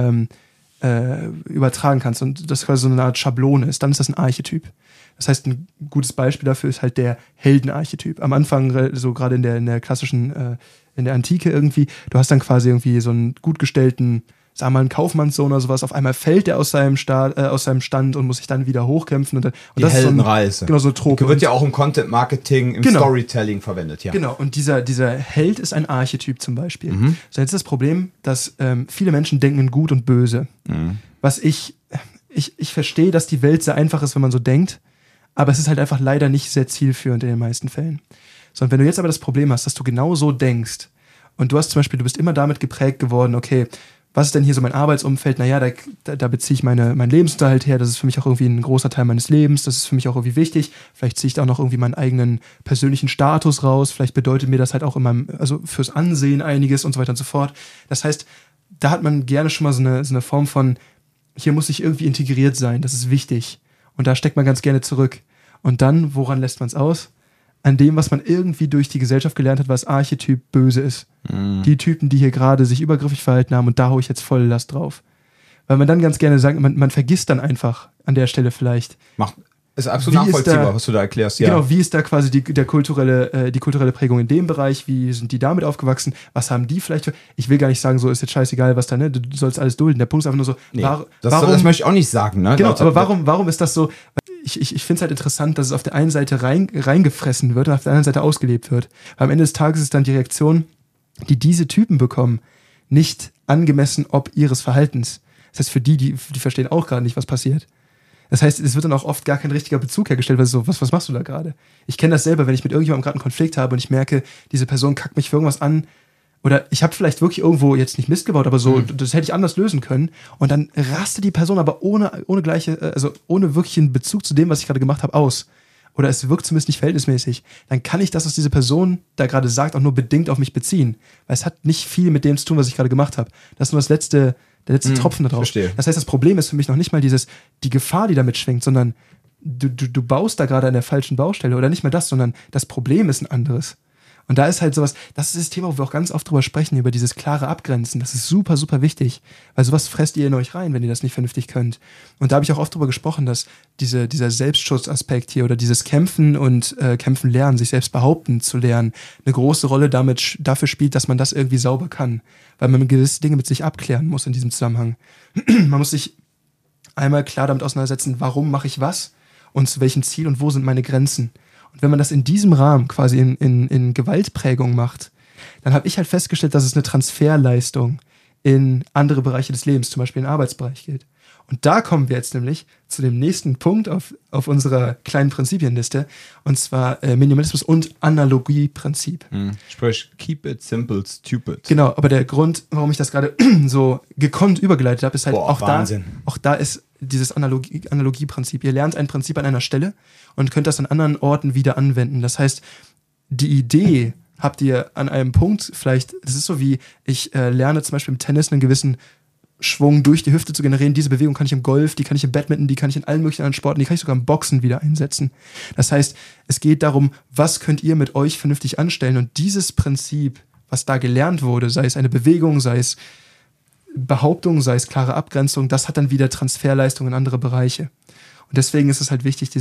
übertragen kannst und das quasi so eine Art Schablone ist, dann ist das ein Archetyp. Das heißt, ein gutes Beispiel dafür ist halt der Heldenarchetyp. Am Anfang, so gerade in der klassischen, in der Antike irgendwie, du hast dann quasi irgendwie so einen gut gestellten, sagen wir mal, ein Kaufmannssohn oder sowas, auf einmal fällt er aus seinem Stand und muss sich dann wieder hochkämpfen. Und die das Heldenreise. Ist so genau, so Trope. Wird ja auch im Content-Marketing, im Storytelling verwendet, ja. Genau, und dieser Held ist ein Archetyp zum Beispiel. So, jetzt ist das Problem, dass viele Menschen denken in Gut und Böse. Was ich verstehe, dass die Welt sehr einfach ist, wenn man so denkt, aber es ist halt einfach leider nicht sehr zielführend in den meisten Fällen. So, und wenn du jetzt aber das Problem hast, dass du genau so denkst und du bist immer damit geprägt geworden, okay, was ist denn hier so mein Arbeitsumfeld? Naja, da beziehe ich meinen Lebensunterhalt her. Das ist für mich auch irgendwie ein großer Teil meines Lebens. Das ist für mich auch irgendwie wichtig. Vielleicht ziehe ich da auch noch irgendwie meinen eigenen persönlichen Status raus. Vielleicht bedeutet mir das halt auch also fürs Ansehen einiges und so weiter und so fort. Das heißt, da hat man gerne schon mal so eine Form von, hier muss ich irgendwie integriert sein. Das ist wichtig. Und da steckt man ganz gerne zurück. Und dann, woran lässt man es aus? An dem, was man irgendwie durch die Gesellschaft gelernt hat, was Archetyp böse ist. Die Typen, die hier gerade sich übergriffig verhalten haben und da hau ich jetzt voll Last drauf. Weil man dann ganz gerne sagt, man vergisst dann einfach an der Stelle vielleicht. Ist absolut nachvollziehbar, was du da erklärst. Ja. Genau, wie ist da quasi die kulturelle Prägung in dem Bereich? Wie sind die damit aufgewachsen? Was haben die vielleicht für... Ich will gar nicht sagen, so ist jetzt scheißegal, was da, ne? Du sollst alles dulden. Der Punkt ist einfach nur so, nee, das möchte ich auch nicht sagen, ne? Genau, aber warum ist das so... Ich finde es halt interessant, dass es auf der einen Seite reingefressen wird und auf der anderen Seite ausgelebt wird. Weil am Ende des Tages ist dann die Reaktion, die diese Typen bekommen, nicht angemessen ob ihres Verhaltens. Das heißt, für die verstehen auch gerade nicht, was passiert. Das heißt, es wird dann auch oft gar kein richtiger Bezug hergestellt, weil so, was machst du da gerade? Ich kenne das selber, wenn ich mit irgendjemandem gerade einen Konflikt habe und ich merke, diese Person kackt mich für irgendwas an oder ich habe vielleicht wirklich irgendwo jetzt nicht Mist gebaut, aber so, das hätte ich anders lösen können und dann rastet die Person aber ohne wirklichen Bezug zu dem, was ich gerade gemacht habe, aus. Oder es wirkt zumindest nicht verhältnismäßig. Dann kann ich das, was diese Person da gerade sagt, auch nur bedingt auf mich beziehen. Weil es hat nicht viel mit dem zu tun, was ich gerade gemacht habe. Das ist nur der letzte Tropfen da drauf. Verstehe. Das heißt, das Problem ist für mich noch nicht mal die Gefahr, die damit schwingt, sondern du baust da gerade an der falschen Baustelle oder nicht mal das, sondern das Problem ist ein anderes. Und da ist halt sowas, das ist das Thema, wo wir auch ganz oft drüber sprechen, über dieses klare Abgrenzen. Das ist super, super wichtig, weil sowas fresst ihr in euch rein, wenn ihr das nicht vernünftig könnt. Und da habe ich auch oft drüber gesprochen, dass dieser Selbstschutzaspekt hier oder dieses Kämpfen und Kämpfen lernen, sich selbst behaupten zu lernen, eine große Rolle dafür spielt, dass man das irgendwie sauber kann. Weil man gewisse Dinge mit sich abklären muss in diesem Zusammenhang. Man muss sich einmal klar damit auseinandersetzen, warum mache ich was und zu welchem Ziel und wo sind meine Grenzen. Und wenn man das in diesem Rahmen quasi in Gewaltprägung macht, dann habe ich halt festgestellt, dass es eine Transferleistung in andere Bereiche des Lebens, zum Beispiel in den Arbeitsbereich gilt. Und da kommen wir jetzt nämlich zu dem nächsten Punkt auf unserer kleinen Prinzipienliste, und zwar Minimalismus und Analogieprinzip. Sprich, keep it simple, stupid. Genau, aber der Grund, warum ich das gerade so gekonnt übergeleitet habe, ist halt Wahnsinn. Auch da ist dieses Analogieprinzip. Ihr lernt ein Prinzip an einer Stelle und könnt das an anderen Orten wieder anwenden. Das heißt, die Idee habt ihr an einem Punkt vielleicht, das ist so wie, ich lerne zum Beispiel im Tennis einen gewissen Schwung durch die Hüfte zu generieren. Diese Bewegung kann ich im Golf, die kann ich im Badminton, die kann ich in allen möglichen anderen Sporten, die kann ich sogar im Boxen wieder einsetzen. Das heißt, es geht darum, was könnt ihr mit euch vernünftig anstellen, und dieses Prinzip, was da gelernt wurde, sei es eine Bewegung, sei es Behauptung, sei es klare Abgrenzung, das hat dann wieder Transferleistung in andere Bereiche. Und deswegen ist es halt wichtig,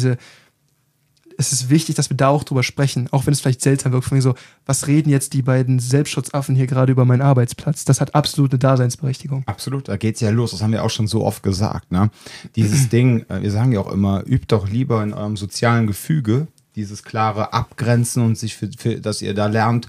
es ist wichtig, dass wir da auch drüber sprechen, auch wenn es vielleicht seltsam wirkt, von mir so, was reden jetzt die beiden Selbstschutzaffen hier gerade über meinen Arbeitsplatz? Das hat absolut eine Daseinsberechtigung. Absolut, da geht's ja los, das haben wir auch schon so oft gesagt, ne? Dieses Ding, wir sagen ja auch immer, übt doch lieber in eurem sozialen Gefüge dieses klare Abgrenzen und sich dass ihr da lernt,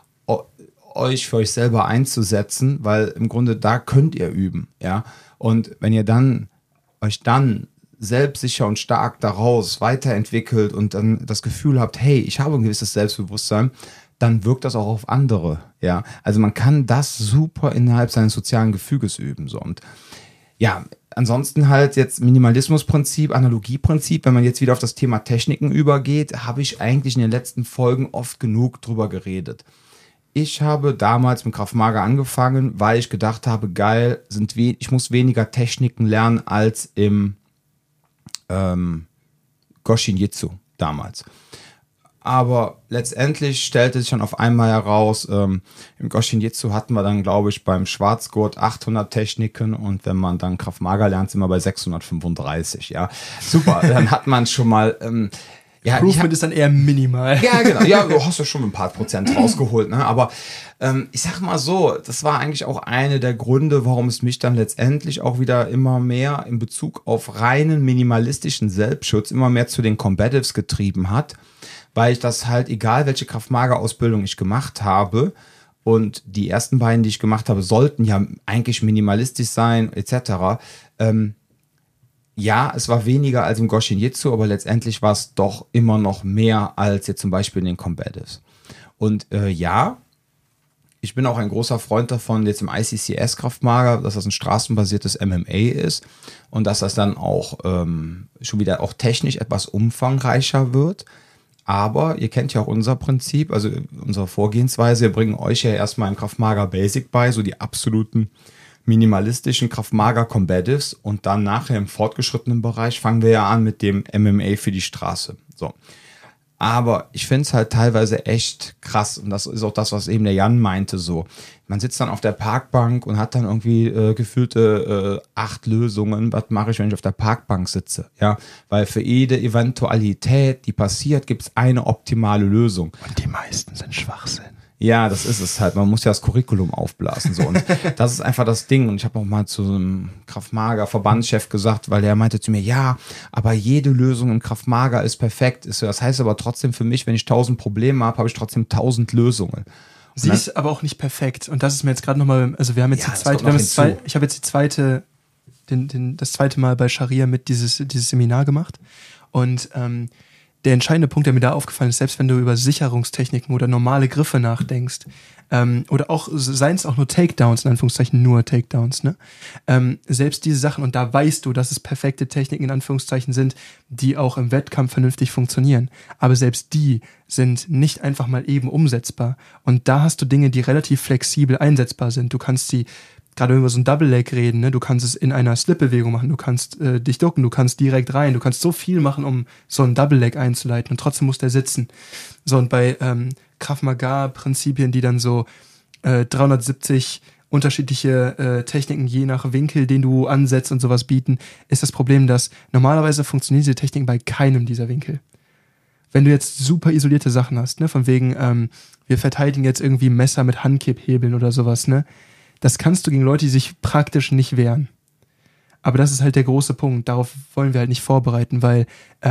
euch für euch selber einzusetzen, weil im Grunde da könnt ihr üben, ja? Und wenn ihr euch dann selbstsicher und stark daraus weiterentwickelt und dann das Gefühl habt, hey, ich habe ein gewisses Selbstbewusstsein, dann wirkt das auch auf andere, ja. Also man kann das super innerhalb seines sozialen Gefüges üben, so. Und ja, ansonsten halt jetzt Minimalismusprinzip, Analogieprinzip, wenn man jetzt wieder auf das Thema Techniken übergeht, habe ich eigentlich in den letzten Folgen oft genug drüber geredet. Ich habe damals mit Krav Maga angefangen, weil ich gedacht habe, geil, ich muss weniger Techniken lernen als im Goshin Jitsu damals. Aber letztendlich stellte sich schon auf einmal heraus, im Goshin Jitsu hatten wir dann, glaube ich, beim Schwarzgurt 800 Techniken, und wenn man dann Krav Maga lernt, sind wir bei 635. Ja, super, dann hat man schon mal... Improvement ist dann eher minimal. Ja, genau. Ja, du hast ja schon ein paar Prozent rausgeholt, ne? Aber ich sag mal so, das war eigentlich auch eine der Gründe, warum es mich dann letztendlich auch wieder immer mehr in Bezug auf reinen minimalistischen Selbstschutz immer mehr zu den Combatives getrieben hat, weil ich das halt, egal welche Krav-Maga-Ausbildung ich gemacht habe, und die ersten beiden, die ich gemacht habe, sollten ja eigentlich minimalistisch sein, etc., ja, es war weniger als im Goshin Jitsu, aber letztendlich war es doch immer noch mehr als jetzt zum Beispiel in den Combatives. Und ja, ich bin auch ein großer Freund davon, jetzt im ICCS Krav Maga, dass das ein straßenbasiertes MMA ist und dass das dann auch schon wieder auch technisch etwas umfangreicher wird. Aber ihr kennt ja auch unser Prinzip, also unsere Vorgehensweise. Wir bringen euch ja erstmal im Krav Maga Basic bei, so die absoluten minimalistischen Krav Maga Combatives, und dann nachher im fortgeschrittenen Bereich fangen wir ja an mit dem MMA für die Straße. So. Aber ich finde es halt teilweise echt krass. Und das ist auch das, was eben der Jan meinte so. Man sitzt dann auf der Parkbank und hat dann irgendwie gefühlte 8 Lösungen. Was mache ich, wenn ich auf der Parkbank sitze? Ja, weil für jede Eventualität, die passiert, gibt es eine optimale Lösung. Und die meisten sind Schwachsinn. Ja, das ist es halt. Man muss ja das Curriculum aufblasen. So. Und das ist einfach das Ding. Und ich habe auch mal zu einem Krav-Maga-Verbandschef gesagt, weil der meinte zu mir, ja, aber jede Lösung im Krav-Maga ist perfekt. Das heißt aber trotzdem für mich, wenn ich 1000 Probleme habe, habe ich trotzdem 1000 Lösungen. Sie ist aber auch nicht perfekt. Und das ist mir jetzt gerade nochmal, also wir haben jetzt ich habe jetzt das zweite Mal bei Scharia mit dieses Seminar gemacht. Und der entscheidende Punkt, der mir da aufgefallen ist, selbst wenn du über Sicherungstechniken oder normale Griffe nachdenkst, oder auch, seien es auch nur Takedowns, in Anführungszeichen nur Takedowns, ne? Selbst diese Sachen, und da weißt du, dass es perfekte Techniken in Anführungszeichen sind, die auch im Wettkampf vernünftig funktionieren. Aber selbst die sind nicht einfach mal eben umsetzbar. Und da hast du Dinge, die relativ flexibel einsetzbar sind. Du kannst sie, gerade wenn wir über so ein Double Leg reden, ne, du kannst es in einer Slip-Bewegung machen, du kannst dich ducken, du kannst direkt rein, du kannst so viel machen, um so ein Double Leg einzuleiten und trotzdem muss der sitzen. So, und bei Krav Maga-Prinzipien, die dann so 370 unterschiedliche Techniken je nach Winkel, den du ansetzt und sowas bieten, ist das Problem, dass normalerweise funktionieren diese Techniken bei keinem dieser Winkel. Wenn du jetzt super isolierte Sachen hast, ne, von wegen, wir verteidigen jetzt irgendwie Messer mit Handkipphebeln oder sowas, ne, das kannst du gegen Leute, die sich praktisch nicht wehren. Aber das ist halt der große Punkt. Darauf wollen wir halt nicht vorbereiten, weil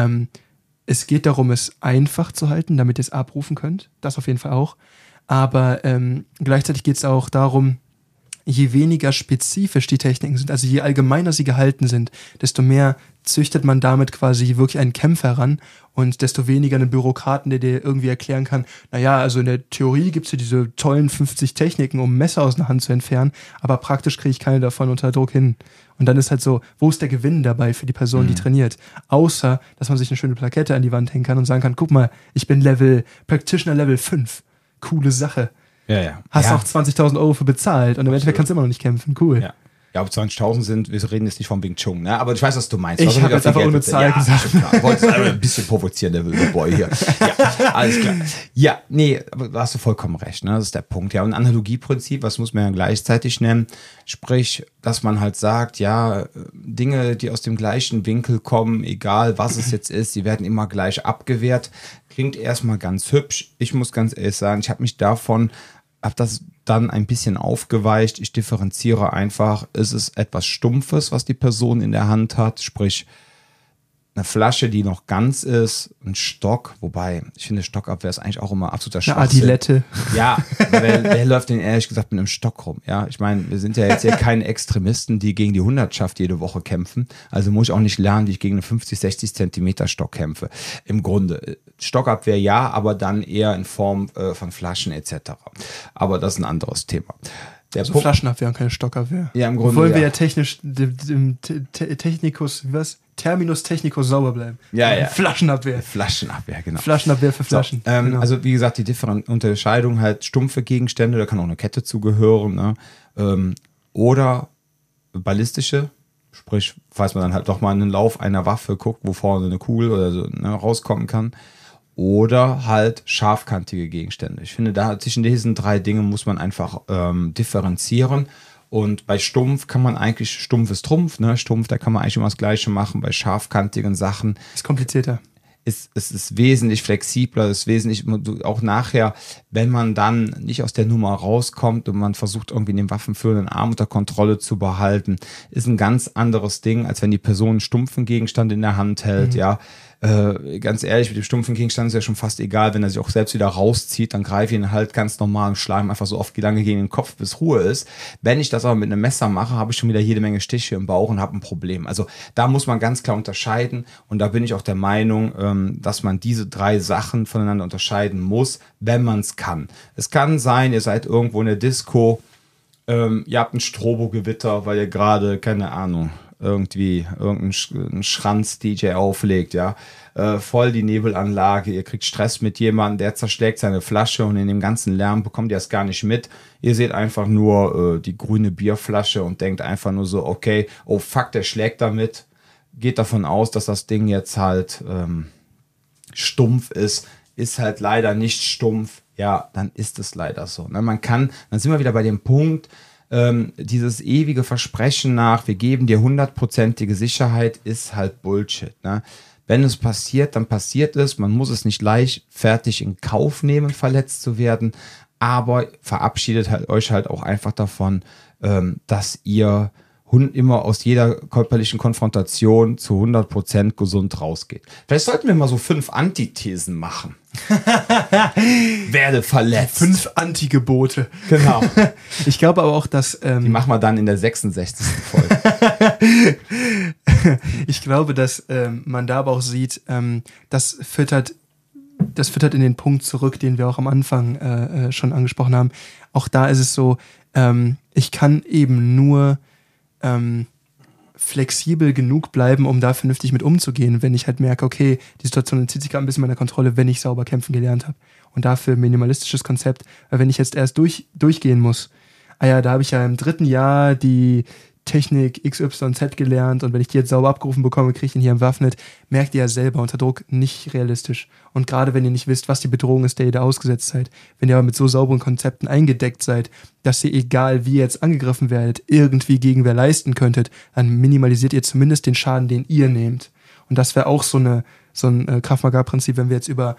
es geht darum, es einfach zu halten, damit ihr es abrufen könnt. Das auf jeden Fall auch. Aber gleichzeitig geht es auch darum, je weniger spezifisch die Techniken sind, also je allgemeiner sie gehalten sind, desto mehr züchtet man damit quasi wirklich einen Kämpfer ran und desto weniger einen Bürokraten, der dir irgendwie erklären kann, naja, also in der Theorie gibt es ja diese tollen 50 Techniken, um Messer aus einer Hand zu entfernen, aber praktisch kriege ich keine davon unter Druck hin. Und dann ist halt so, wo ist der Gewinn dabei für die Person, die trainiert? Außer, dass man sich eine schöne Plakette an die Wand hängen kann und sagen kann, guck mal, ich bin Practitioner Level 5. Coole Sache. Ja. Hast auch 20.000 Euro für bezahlt und im Endeffekt kannst du immer noch nicht kämpfen. Cool. Ja, ob 20.000 sind, wir reden jetzt nicht von Wing Chun, ne? Aber ich weiß, was du meinst. Ich habe jetzt einfach ohne Zahl gesagt. Ich wollte es ein bisschen provozieren, der wilde Boy hier. Ja, alles klar. Ja, nee, aber da hast du vollkommen recht, ne? Das ist der Punkt. Ja, und Analogieprinzip, was muss man ja gleichzeitig nennen? Sprich, dass man halt sagt, ja, Dinge, die aus dem gleichen Winkel kommen, egal was es jetzt ist, die werden immer gleich abgewehrt. Klingt erstmal ganz hübsch. Ich muss ganz ehrlich sagen, ich habe das dann ein bisschen aufgeweicht. Ich differenziere einfach, ist es etwas Stumpfes, was die Person in der Hand hat, sprich eine Flasche, die noch ganz ist, ein Stock, wobei ich finde, Stockabwehr ist eigentlich auch immer absoluter Schwachsinn. Eine Adilette. Ja, wer läuft denn ehrlich gesagt mit einem Stock rum? Ja, ich meine, wir sind ja jetzt hier keine Extremisten, die gegen die Hundertschaft jede Woche kämpfen. Also muss ich auch nicht lernen, wie ich gegen einen 50, 60 Zentimeter Stock kämpfe. Im Grunde. Stockabwehr ja, aber dann eher in Form von Flaschen etc. Aber das ist ein anderes Thema. Also Flaschenabwehr und keine Stockabwehr. Ja, im Grunde. Wollen wir ja technisch Technikus, was? Terminus technicus sauber bleiben. Ja. Flaschenabwehr. Flaschenabwehr, genau. Flaschenabwehr für Flaschen. So, genau. Also wie gesagt, die Unterscheidung halt stumpfe Gegenstände, da kann auch eine Kette zugehören, ne? Oder ballistische, sprich, falls man dann halt doch mal in den Lauf einer Waffe guckt, wo vorne eine Kugel oder so, ne, rauskommen kann. Oder halt scharfkantige Gegenstände. Ich finde, da zwischen diesen 3 Dingen muss man einfach differenzieren. Und bei Stumpf kann man eigentlich, Stumpf ist Trumpf, ne? Stumpf, da kann man eigentlich immer das Gleiche machen. Bei scharfkantigen Sachen ist komplizierter. Es ist wesentlich flexibler, es ist wesentlich, auch nachher, wenn man dann nicht aus der Nummer rauskommt und man versucht irgendwie den waffenführenden Arm unter Kontrolle zu behalten, ist ein ganz anderes Ding, als wenn die Person einen stumpfen Gegenstand in der Hand hält, ja. Ganz ehrlich, mit dem stumpfen Gegenstand ist ja schon fast egal, wenn er sich auch selbst wieder rauszieht, dann greife ich ihn halt ganz normal und schlage ihm einfach so oft wie lange gegen den Kopf, bis Ruhe ist. Wenn ich das aber mit einem Messer mache, habe ich schon wieder jede Menge Stiche im Bauch und habe ein Problem. Also da muss man ganz klar unterscheiden und da bin ich auch der Meinung, dass man diese 3 Sachen voneinander unterscheiden muss, wenn man es kann. Es kann sein, ihr seid irgendwo in der Disco, ihr habt ein Strobo-Gewitter, weil ihr gerade, keine Ahnung, irgendwie irgendeinen Schranz-DJ auflegt, ja, voll die Nebelanlage, ihr kriegt Stress mit jemandem, der zerschlägt seine Flasche und in dem ganzen Lärm bekommt ihr das gar nicht mit. Ihr seht einfach nur die grüne Bierflasche und denkt einfach nur so, okay, oh fuck, der schlägt damit, geht davon aus, dass das Ding jetzt halt stumpf ist halt leider nicht stumpf. Ja, dann ist es leider so. Ne? Dann sind wir wieder bei dem Punkt, dieses ewige Versprechen nach, wir geben dir 100%ige Sicherheit, ist halt Bullshit. Ne? Wenn es passiert, dann passiert es. Man muss es nicht leichtfertig in Kauf nehmen, verletzt zu werden, aber verabschiedet euch halt auch einfach davon, dass ihr immer aus jeder körperlichen Konfrontation zu 100% gesund rausgeht. Vielleicht sollten wir mal so 5 Antithesen machen. Werde verletzt. 5 Antigebote. Genau. Ich glaube aber auch, dass... die machen wir dann in der 66. Folge. Ich glaube, dass man da aber auch sieht, das füttert in den Punkt zurück, den wir auch am Anfang schon angesprochen haben. Auch da ist es so, ich kann eben nur flexibel genug bleiben, um da vernünftig mit umzugehen, wenn ich halt merke, okay, die Situation entzieht sich gerade ein bisschen meiner Kontrolle, wenn ich sauber kämpfen gelernt habe. Und dafür minimalistisches Konzept, weil wenn ich jetzt erst durchgehen muss, da habe ich ja im 3. Jahr die Technik XYZ gelernt und wenn ich die jetzt sauber abgerufen bekomme, kriege ich ihn hier im Waffnet, merkt ihr ja selber unter Druck nicht realistisch. Und gerade wenn ihr nicht wisst, was die Bedrohung ist, der ihr da ausgesetzt seid, wenn ihr aber mit so sauberen Konzepten eingedeckt seid, dass ihr, egal wie ihr jetzt angegriffen werdet, irgendwie Gegenwehr leisten könntet, dann minimalisiert ihr zumindest den Schaden, den ihr nehmt. Und das wäre auch so ein Krav Maga-Prinzip, wenn wir jetzt über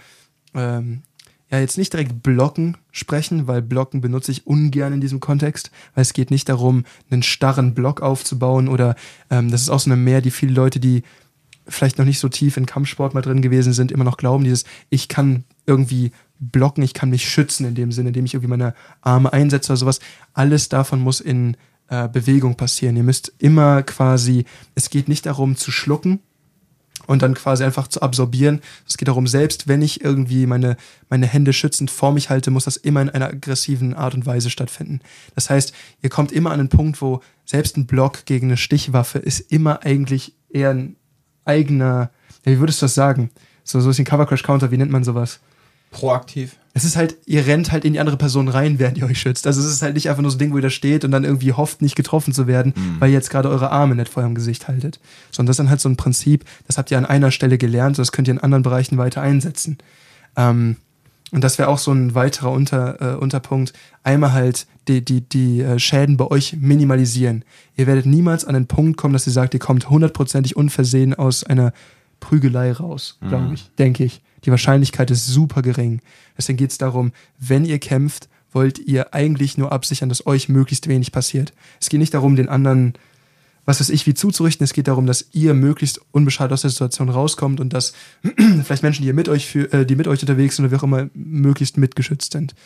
jetzt nicht direkt Blocken sprechen, weil Blocken benutze ich ungern in diesem Kontext, weil es geht nicht darum, einen starren Block aufzubauen oder das ist auch so eine Mehr, die viele Leute, die vielleicht noch nicht so tief in Kampfsport mal drin gewesen sind, immer noch glauben, ich kann irgendwie blocken, ich kann mich schützen in dem Sinne, indem ich irgendwie meine Arme einsetze oder sowas. Alles davon muss in Bewegung passieren. Ihr müsst immer quasi, es geht nicht darum zu schlucken, und dann quasi einfach zu absorbieren. Es geht darum, selbst wenn ich irgendwie meine Hände schützend vor mich halte, muss das immer in einer aggressiven Art und Weise stattfinden. Das heißt, ihr kommt immer an einen Punkt, wo selbst ein Block gegen eine Stichwaffe ist immer eigentlich eher ein eigener, wie würdest du das sagen? So ist ein Cover-Crash-Counter, wie nennt man sowas? Proaktiv. Es ist halt, ihr rennt halt in die andere Person rein, während ihr euch schützt. Also es ist halt nicht einfach nur so ein Ding, wo ihr da steht und dann irgendwie hofft, nicht getroffen zu werden, weil ihr jetzt gerade eure Arme nicht vor eurem Gesicht haltet. Sondern das ist dann halt so ein Prinzip, das habt ihr an einer Stelle gelernt, das könnt ihr in anderen Bereichen weiter einsetzen. Und das wäre auch so ein weiterer Unterpunkt. Einmal halt die Schäden bei euch minimalisieren. Ihr werdet niemals an den Punkt kommen, dass ihr sagt, ihr kommt 100%ig unversehen aus einer Prügelei raus, glaube ich, denke ich. Die Wahrscheinlichkeit ist super gering. Deswegen geht es darum, wenn ihr kämpft, wollt ihr eigentlich nur absichern, dass euch möglichst wenig passiert. Es geht nicht darum, den anderen, was weiß ich, wie zuzurichten. Es geht darum, dass ihr möglichst unbeschadet aus der Situation rauskommt und dass vielleicht Menschen, die mit euch unterwegs sind oder wie auch immer, möglichst mitgeschützt sind.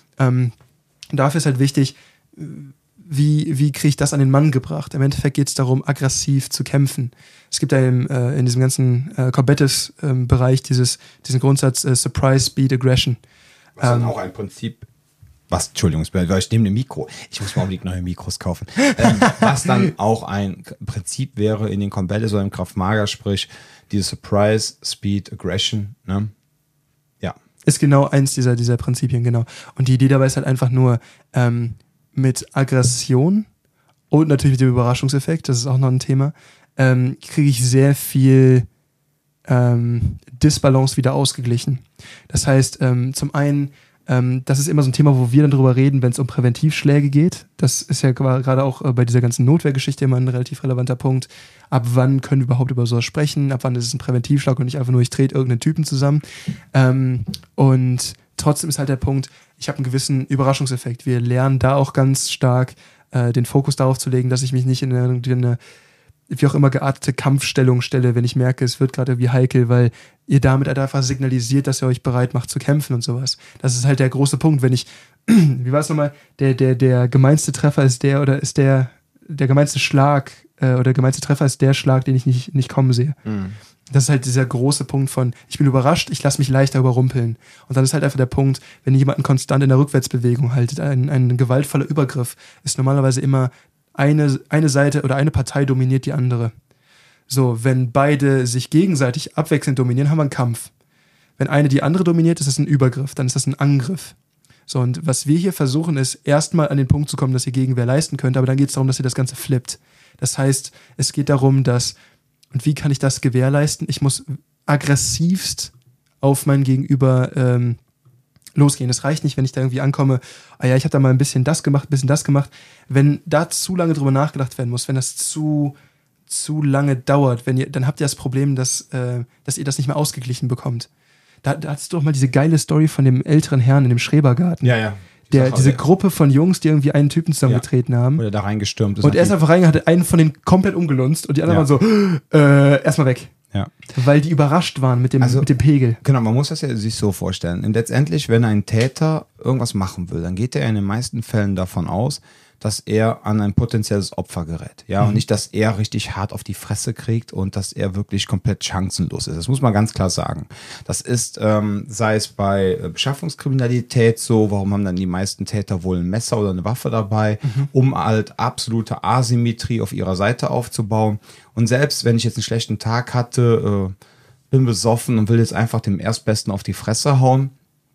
Dafür ist halt wichtig, wie kriege ich das an den Mann gebracht? Im Endeffekt geht es darum, aggressiv zu kämpfen. Es gibt ja in diesem ganzen Combatives-Bereich diesen Grundsatz Surprise, Speed, Aggression. Was dann auch ein Prinzip, Entschuldigung, ich nehme ein Mikro. Ich muss mal unbedingt neue Mikros kaufen. Was dann auch ein Prinzip wäre in den Combatives oder im Krav Maga, sprich diese Surprise, Speed, Aggression. Ne? Ja. Ist genau eins dieser Prinzipien, genau. Und die Idee dabei ist halt einfach nur, mit Aggression und natürlich mit dem Überraschungseffekt, das ist auch noch ein Thema, kriege ich sehr viel Disbalance wieder ausgeglichen. Das heißt, zum einen, das ist immer so ein Thema, wo wir dann drüber reden, wenn es um Präventivschläge geht. Das ist ja gerade auch bei dieser ganzen Notwehrgeschichte immer ein relativ relevanter Punkt. Ab wann können wir überhaupt über sowas sprechen? Ab wann ist es ein Präventivschlag und nicht einfach nur, ich trete irgendeinen Typen zusammen? Und trotzdem ist halt der Punkt, ich habe einen gewissen Überraschungseffekt. Wir lernen da auch ganz stark den Fokus darauf zu legen, dass ich mich nicht in eine wie auch immer geartete Kampfstellung stelle, wenn ich merke, es wird gerade irgendwie heikel, weil ihr damit halt einfach signalisiert, dass ihr euch bereit macht zu kämpfen und sowas. Das ist halt der große Punkt, wenn ich, wie war es nochmal, der gemeinste Treffer ist der gemeinste Schlag oder der gemeinste Treffer ist der Schlag, den ich nicht kommen sehe. Das ist halt dieser große Punkt von, ich bin überrascht, ich lasse mich leichter überrumpeln. Und dann ist halt einfach der Punkt, wenn jemanden konstant in der Rückwärtsbewegung haltet, ein gewaltvoller Übergriff ist normalerweise immer eine Seite oder eine Partei dominiert die andere. So, wenn beide sich gegenseitig abwechselnd dominieren, haben wir einen Kampf. Wenn eine die andere dominiert, ist das ein Übergriff, dann ist das ein Angriff. So, und was wir hier versuchen, ist erstmal an den Punkt zu kommen, dass ihr Gegenwehr leisten könnt, aber dann geht es darum, dass ihr das Ganze flippt. Das heißt, es geht darum, und wie kann ich das gewährleisten? Ich muss aggressivst auf mein Gegenüber losgehen. Es reicht nicht, wenn ich da irgendwie ankomme, ich habe da mal ein bisschen das gemacht, Wenn da zu lange drüber nachgedacht werden muss, wenn das zu lange dauert, dann habt ihr das Problem, dass ihr das nicht mehr ausgeglichen bekommt. Da hattest du doch mal diese geile Story von dem älteren Herrn in dem Schrebergarten. Ja. Diese Gruppe von Jungs, die irgendwie einen Typen zusammengetreten haben. Oder da reingestürmt ist. Und er ist einfach reingegangen, hat einen von denen komplett umgelunzt und die anderen waren so, erstmal weg. Ja. Weil die überrascht waren mit dem Pegel. Genau, man muss das ja sich so vorstellen. Und letztendlich, wenn ein Täter irgendwas machen will, dann geht er in den meisten Fällen davon aus, dass er an ein potenzielles Opfer gerät. Ja, und nicht, dass er richtig hart auf die Fresse kriegt und dass er wirklich komplett chancenlos ist. Das muss man ganz klar sagen. Das ist, sei es bei Beschaffungskriminalität so, warum haben dann die meisten Täter wohl ein Messer oder eine Waffe dabei, um halt absolute Asymmetrie auf ihrer Seite aufzubauen. Und selbst wenn ich jetzt einen schlechten Tag hatte, bin besoffen und will jetzt einfach dem Erstbesten auf die Fresse hauen,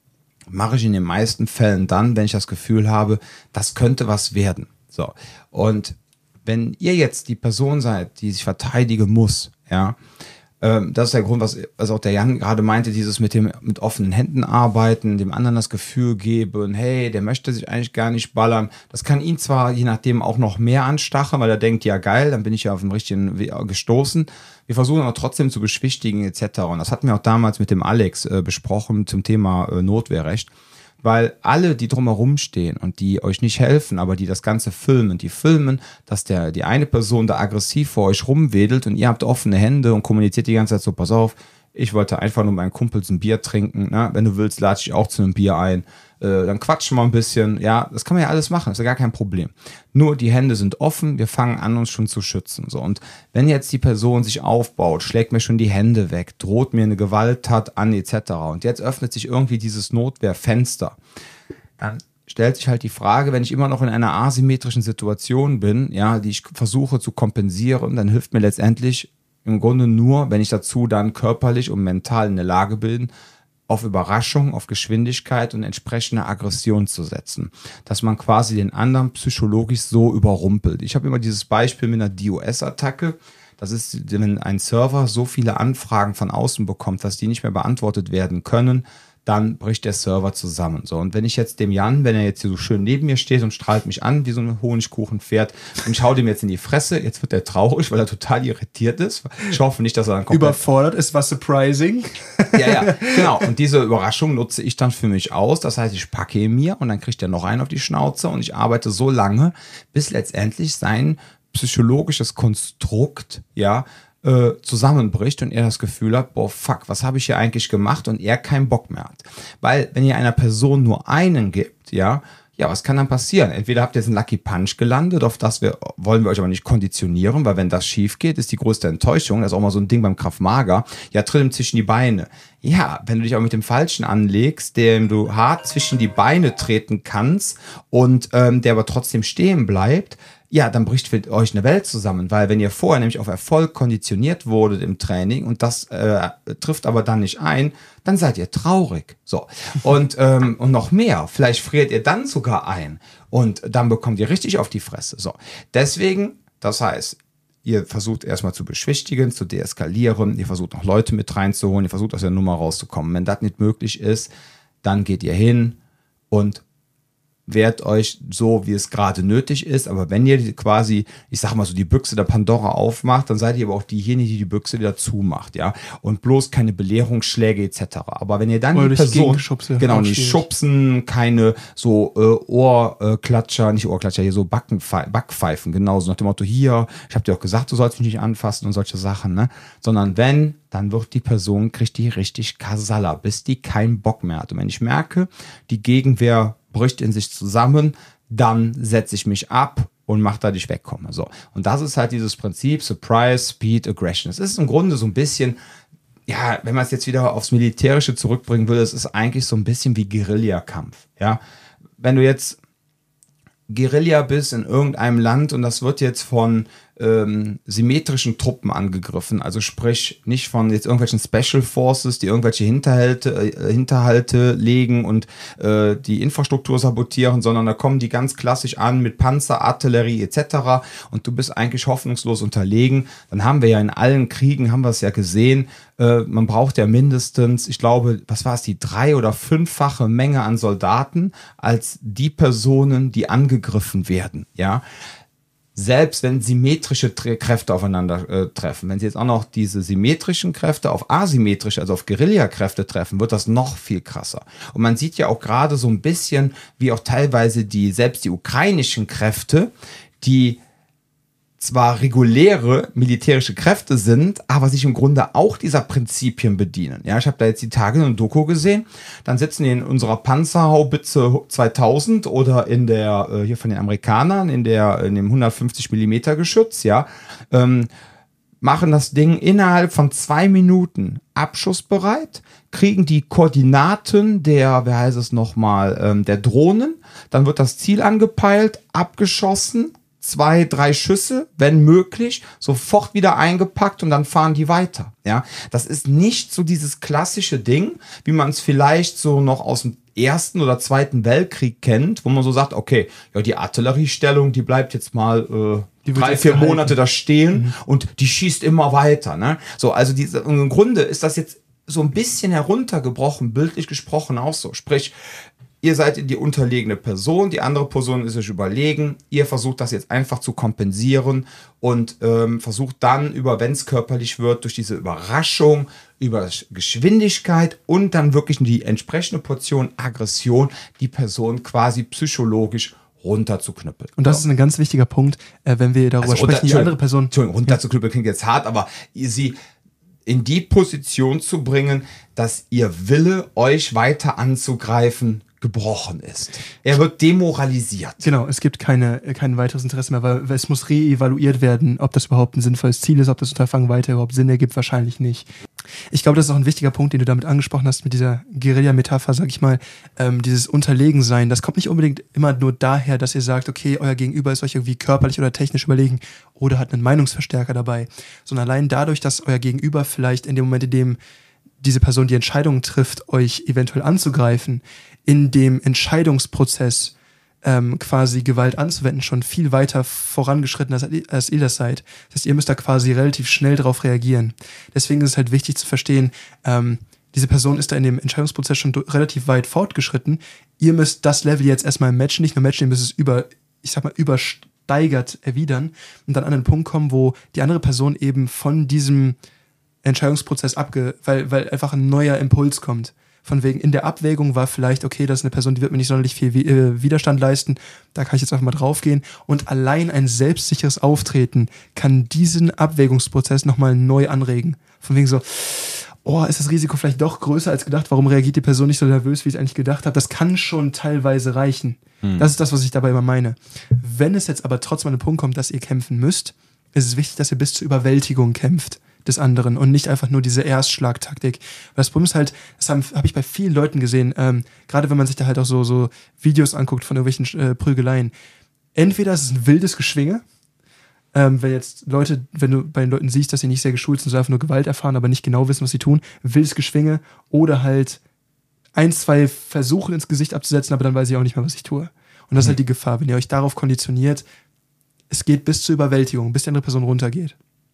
mache ich in den meisten Fällen dann, wenn ich das Gefühl habe, das könnte was werden. So. Und wenn ihr jetzt die Person seid, die sich verteidigen muss, ja, das ist der Grund, was auch der Jan gerade meinte, dieses mit offenen Händen arbeiten, dem anderen das Gefühl geben, hey, der möchte sich eigentlich gar nicht ballern. Das kann ihn zwar je nachdem auch noch mehr anstacheln, weil er denkt, ja geil, dann bin ich ja auf den richtigen Weg gestoßen. Wir versuchen aber trotzdem zu beschwichtigen etc. Und das hatten wir auch damals mit dem Alex besprochen zum Thema Notwehrrecht. Weil alle, die drumherum stehen und die euch nicht helfen, aber die das Ganze filmen, die filmen, dass die eine Person da aggressiv vor euch rumwedelt und ihr habt offene Hände und kommuniziert die ganze Zeit so, pass auf, ich wollte einfach nur mit meinen Kumpels ein Bier trinken, ne? Wenn du willst, lade ich auch zu einem Bier ein, dann quatschen wir ein bisschen, ja, das kann man ja alles machen, das ist ja gar kein Problem. Nur die Hände sind offen, wir fangen an, uns schon zu schützen. So. Und wenn jetzt die Person sich aufbaut, schlägt mir schon die Hände weg, droht mir eine Gewalttat an etc. und jetzt öffnet sich irgendwie dieses Notwehrfenster, dann stellt sich halt die Frage, wenn ich immer noch in einer asymmetrischen Situation bin, ja, die ich versuche zu kompensieren, dann hilft mir letztendlich im Grunde nur, wenn ich dazu dann körperlich und mental in der Lage bin, auf Überraschung, auf Geschwindigkeit und entsprechende Aggression zu setzen. Dass man quasi den anderen psychologisch so überrumpelt. Ich habe immer dieses Beispiel mit einer DOS-Attacke. Das ist, wenn ein Server so viele Anfragen von außen bekommt, dass die nicht mehr beantwortet werden können, dann bricht der Server zusammen. So, und wenn ich jetzt dem Jan, wenn er jetzt hier so schön neben mir steht und strahlt mich an wie so ein Honigkuchenpferd und ich hau dem jetzt in die Fresse, jetzt wird er traurig, weil er total irritiert ist. Ich hoffe nicht, dass er dann komplett überfordert ist, was surprising. Ja, genau. Und diese Überraschung nutze ich dann für mich aus. Das heißt, ich packe ihn mir und dann kriegt er noch einen auf die Schnauze und ich arbeite so lange, bis letztendlich sein psychologisches Konstrukt, ja, zusammenbricht und er das Gefühl hat, boah, fuck, was habe ich hier eigentlich gemacht und er keinen Bock mehr hat. Weil, wenn ihr einer Person nur einen gibt, ja, was kann dann passieren? Entweder habt ihr jetzt einen Lucky Punch gelandet, auf das wollen wir euch aber nicht konditionieren, weil wenn das schief geht, ist die größte Enttäuschung, das ist auch mal so ein Ding beim Krav Maga, ja, tritt ihm zwischen die Beine. Ja, wenn du dich auch mit dem Falschen anlegst, dem du hart zwischen die Beine treten kannst und der aber trotzdem stehen bleibt, ja, dann bricht für euch eine Welt zusammen, weil wenn ihr vorher nämlich auf Erfolg konditioniert wurdet im Training und das trifft aber dann nicht ein, dann seid ihr traurig. So. Und noch mehr, vielleicht friert ihr dann sogar ein und dann bekommt ihr richtig auf die Fresse. So. Deswegen, das heißt, ihr versucht erstmal zu beschwichtigen, zu deeskalieren, ihr versucht noch Leute mit reinzuholen, ihr versucht aus der Nummer rauszukommen. Wenn das nicht möglich ist, dann geht ihr hin und wehrt euch so, wie es gerade nötig ist. Aber wenn ihr quasi, ich sag mal so, die Büchse der Pandora aufmacht, dann seid ihr aber auch diejenige, die Büchse wieder zumacht, ja. Und bloß keine Belehrungsschläge etc. Aber wenn ihr dann die Person, genau, nicht schubsen, keine so Ohrklatscher, nicht Ohrklatscher, hier so Backpfeifen, genau, so nach dem Motto, hier, ich habe dir auch gesagt, du sollst mich nicht anfassen und solche Sachen, ne. Sondern wenn, dann wird die Person, kriegt die richtig Kasala, bis die keinen Bock mehr hat. Und wenn ich merke, die Gegenwehr bricht in sich zusammen, dann setze ich mich ab und mache, dass ich wegkomme. So. Und das ist halt dieses Prinzip Surprise, Speed, Aggression. Es ist im Grunde so ein bisschen, ja, wenn man es jetzt wieder aufs Militärische zurückbringen würde, es ist eigentlich so ein bisschen wie Guerillakampf. Ja? Wenn du jetzt Guerilla bist in irgendeinem Land und das wird jetzt von symmetrischen Truppen angegriffen, also sprich nicht von jetzt irgendwelchen Special Forces, die irgendwelche Hinterhalte legen und die Infrastruktur sabotieren, sondern da kommen die ganz klassisch an mit Panzer, Artillerie etc. und du bist eigentlich hoffnungslos unterlegen. Dann haben wir ja in allen Kriegen, haben wir es ja gesehen, man braucht ja mindestens, ich glaube, was war es, die 3- oder 5-fache Menge an Soldaten als die Personen, die angegriffen werden, ja. Selbst wenn symmetrische Kräfte aufeinander treffen, wenn sie jetzt auch noch diese symmetrischen Kräfte auf asymmetrische, also auf Guerillakräfte treffen, wird das noch viel krasser. Und man sieht ja auch gerade so ein bisschen, wie auch teilweise selbst die ukrainischen Kräfte, die zwar reguläre militärische Kräfte sind, aber sich im Grunde auch dieser Prinzipien bedienen. Ja, ich habe da jetzt die Tage eine Doku gesehen, dann sitzen die in unserer Panzerhaubitze 2000 oder in der, hier von den Amerikanern, in dem 150 Millimeter Geschütz, ja, machen das Ding innerhalb von 2 Minuten abschussbereit, kriegen die Koordinaten der Drohnen, dann wird das Ziel angepeilt, abgeschossen, 2, 3 Schüsse, wenn möglich, sofort wieder eingepackt und dann fahren die weiter. Ja, das ist nicht so dieses klassische Ding, wie man es vielleicht so noch aus dem Ersten oder Zweiten Weltkrieg kennt, wo man so sagt, okay, ja, die Artilleriestellung, die bleibt jetzt mal 3, 4 Monate da stehen und die schießt immer weiter. Ne? So, also im Grunde ist das jetzt so ein bisschen heruntergebrochen, bildlich gesprochen auch so. Sprich, ihr seid die unterlegene Person, die andere Person ist euch überlegen, ihr versucht das jetzt einfach zu kompensieren und versucht dann, wenn es körperlich wird, durch diese Überraschung, über Geschwindigkeit und dann wirklich die entsprechende Portion Aggression, die Person quasi psychologisch runterzuknüppeln. Und das ist ein ganz wichtiger Punkt, wenn wir darüber sprechen, die andere Person... Entschuldigung, runterzuknüppeln klingt jetzt hart, aber sie in die Position zu bringen, dass ihr Wille, euch weiter anzugreifen, gebrochen ist. Er wird demoralisiert. Genau, es gibt kein weiteres Interesse mehr, weil es muss reevaluiert werden, ob das überhaupt ein sinnvolles Ziel ist, ob das Unterfangen weiter überhaupt Sinn ergibt, wahrscheinlich nicht. Ich glaube, das ist auch ein wichtiger Punkt, den du damit angesprochen hast, mit dieser Guerilla-Metapher, sag ich mal, dieses Unterlegensein. Das kommt nicht unbedingt immer nur daher, dass ihr sagt, okay, euer Gegenüber ist euch irgendwie körperlich oder technisch überlegen oder hat einen Meinungsverstärker dabei, sondern allein dadurch, dass euer Gegenüber vielleicht in dem Moment, in dem diese Person die Entscheidung trifft, euch eventuell anzugreifen, in dem Entscheidungsprozess quasi Gewalt anzuwenden, schon viel weiter vorangeschritten, als ihr das seid. Das heißt, ihr müsst da quasi relativ schnell drauf reagieren. Deswegen ist es halt wichtig zu verstehen, diese Person ist da in dem Entscheidungsprozess schon relativ weit fortgeschritten. Ihr müsst das Level jetzt erstmal matchen, nicht nur matchen, ihr müsst es übersteigert erwidern und dann an den Punkt kommen, wo die andere Person eben von diesem Entscheidungsprozess weil einfach ein neuer Impuls kommt. Von wegen, in der Abwägung war vielleicht, okay, das ist eine Person, die wird mir nicht sonderlich viel Widerstand leisten, da kann ich jetzt einfach mal draufgehen. Und allein ein selbstsicheres Auftreten kann diesen Abwägungsprozess nochmal neu anregen. Von wegen so, oh, ist das Risiko vielleicht doch größer als gedacht? Warum reagiert die Person nicht so nervös, wie ich es eigentlich gedacht habe? Das kann schon teilweise reichen. Das ist das, was ich dabei immer meine. Wenn es jetzt aber trotzdem an den Punkt kommt, dass ihr kämpfen müsst, ist es wichtig, dass ihr bis zur Überwältigung kämpft des anderen und nicht einfach nur diese Erstschlagtaktik. Das Problem ist halt, das habe ich bei vielen Leuten gesehen, gerade wenn man sich da halt auch so Videos anguckt von irgendwelchen Prügeleien. Entweder ist es ein wildes Geschwinge, wenn du bei den Leuten siehst, dass sie nicht sehr geschult sind, sondern einfach nur Gewalt erfahren, aber nicht genau wissen, was sie tun, wildes Geschwinge oder halt 1, 2 Versuche ins Gesicht abzusetzen, aber dann weiß ich auch nicht mehr, was ich tue. Und das ist halt die Gefahr, wenn ihr euch darauf konditioniert, es geht bis zur Überwältigung, bis die andere Person runtergeht.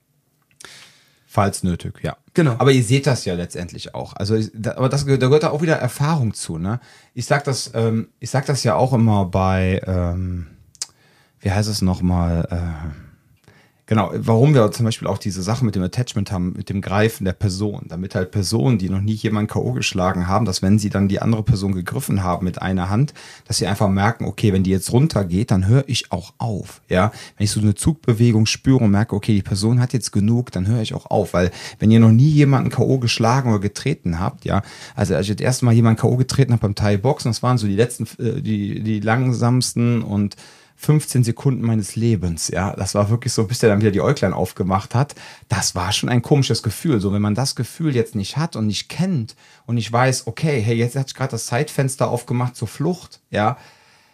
Falls nötig, ja. Genau. Aber ihr seht das ja letztendlich auch. Also, da gehört da auch wieder Erfahrung zu, ne? Ich sag das ja auch immer bei, wie heißt es nochmal, genau, warum wir zum Beispiel auch diese Sache mit dem Attachment haben, mit dem Greifen der Person, damit halt Personen, die noch nie jemanden K.O. geschlagen haben, dass wenn sie dann die andere Person gegriffen haben mit einer Hand, dass sie einfach merken, okay, wenn die jetzt runtergeht, dann höre ich auch auf, ja. Wenn ich so eine Zugbewegung spüre und merke, okay, die Person hat jetzt genug, dann höre ich auch auf, weil wenn ihr noch nie jemanden K.O. geschlagen oder getreten habt, ja, also als ich das erste Mal jemanden K.O. getreten habe beim Thai-Boxen, das waren so die letzten, die langsamsten und 15 Sekunden meines Lebens, ja, das war wirklich so, bis der dann wieder die Äuglein aufgemacht hat, das war schon ein komisches Gefühl, so wenn man das Gefühl jetzt nicht hat und nicht kennt und nicht weiß, okay, hey, jetzt hat ich gerade das Zeitfenster aufgemacht zur Flucht, ja,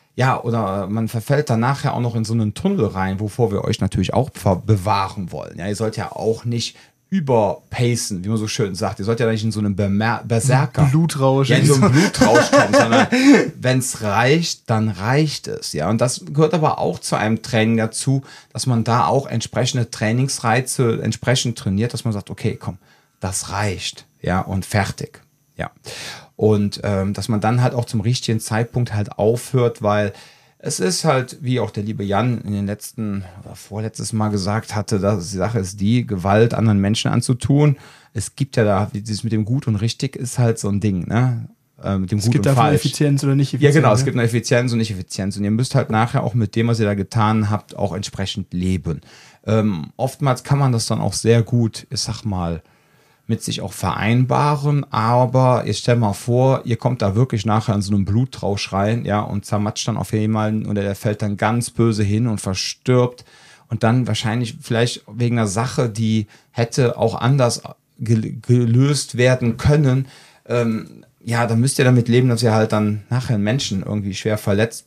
ja, oder man verfällt dann nachher auch noch in so einen Tunnel rein, wovor wir euch natürlich auch bewahren wollen. Ja, ihr sollt ja auch nicht überpacen, wie man so schön sagt. Ihr sollt ja nicht in so einem Berserker. Blutrausch. Ja, in so einem Blutrausch kommen, sondern wenn es reicht, dann reicht es. Ja, und das gehört aber auch zu einem Training dazu, dass man da auch entsprechende Trainingsreize entsprechend trainiert, dass man sagt, okay, komm, das reicht. Ja, und fertig. Ja. Und dass man dann halt auch zum richtigen Zeitpunkt halt aufhört, weil es ist halt, wie auch der liebe Jan in den letzten oder vorletztes Mal gesagt hatte, dass die Sache ist die, Gewalt anderen Menschen anzutun. Es gibt ja da, dieses mit dem Gut und Richtig ist halt so ein Ding, ne? Mit dem Es Gut gibt und dafür Falsch. Effizienz oder nicht Effizienz. Ja, genau, es ne? gibt eine Effizienz und nicht Effizienz. Und ihr müsst halt nachher auch mit dem, was ihr da getan habt, auch entsprechend leben. Oftmals kann man das dann auch sehr gut, ich sag mal, mit sich auch vereinbaren, aber ihr stellt mal vor, ihr kommt da wirklich nachher in so einen Blutrausch rein, ja, und zermatscht dann auf jemanden oder der fällt dann ganz böse hin und verstirbt und dann wahrscheinlich vielleicht wegen einer Sache, die hätte auch anders gelöst werden können, ja, dann müsst ihr damit leben, dass ihr halt dann nachher einen Menschen irgendwie schwer verletzt,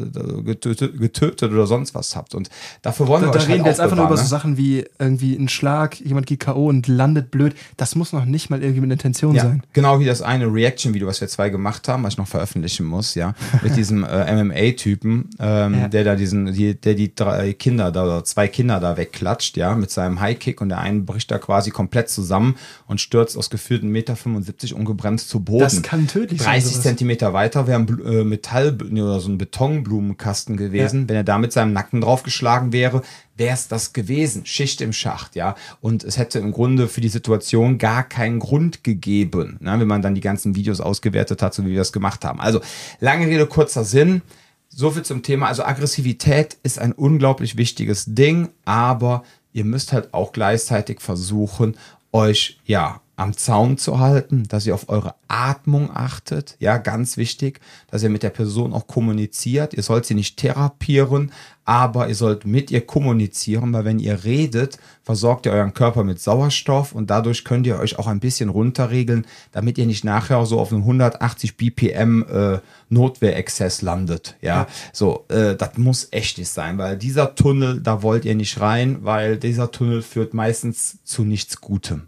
getötet oder sonst was habt. Und dafür wollen wir Da euch reden halt wir jetzt auch einfach nur über bewahren, so Sachen wie irgendwie ein Schlag, jemand geht K.O. und landet blöd. Das muss noch nicht mal irgendwie mit Intention ja, sein. genau wie das eine Reaction-Video, was wir 2 gemacht haben, was ich noch veröffentlichen muss, ja, mit diesem MMA-Typen, der da die 3 Kinder da oder 2 Kinder da wegklatscht, ja, mit seinem High-Kick und der eine bricht da quasi komplett zusammen und stürzt aus gefühlten 1,75 Meter ungebremst zu Boden. Das kann tödlich sein. 30 Zentimeter weiter wäre ein Metall- oder so ein Betonblumenkasten gewesen. Ja. Wenn er da mit seinem Nacken draufgeschlagen wäre, wäre es das gewesen. Schicht im Schacht, ja. Und es hätte im Grunde für die Situation gar keinen Grund gegeben, ne, wenn man dann die ganzen Videos ausgewertet hat, so wie wir das gemacht haben. Also, lange Rede, kurzer Sinn. So viel zum Thema. Also, Aggressivität ist ein unglaublich wichtiges Ding, aber ihr müsst halt auch gleichzeitig versuchen, euch, ja, am Zaun zu halten, dass ihr auf eure Atmung achtet, ja, ganz wichtig, dass ihr mit der Person auch kommuniziert. Ihr sollt sie nicht therapieren, aber ihr sollt mit ihr kommunizieren, weil wenn ihr redet, versorgt ihr euren Körper mit Sauerstoff und dadurch könnt ihr euch auch ein bisschen runterregeln, damit ihr nicht nachher so auf einem 180 BPM Notwehrexzess landet, ja. So, das muss echt nicht sein, weil dieser Tunnel, da wollt ihr nicht rein, weil dieser Tunnel führt meistens zu nichts Gutem.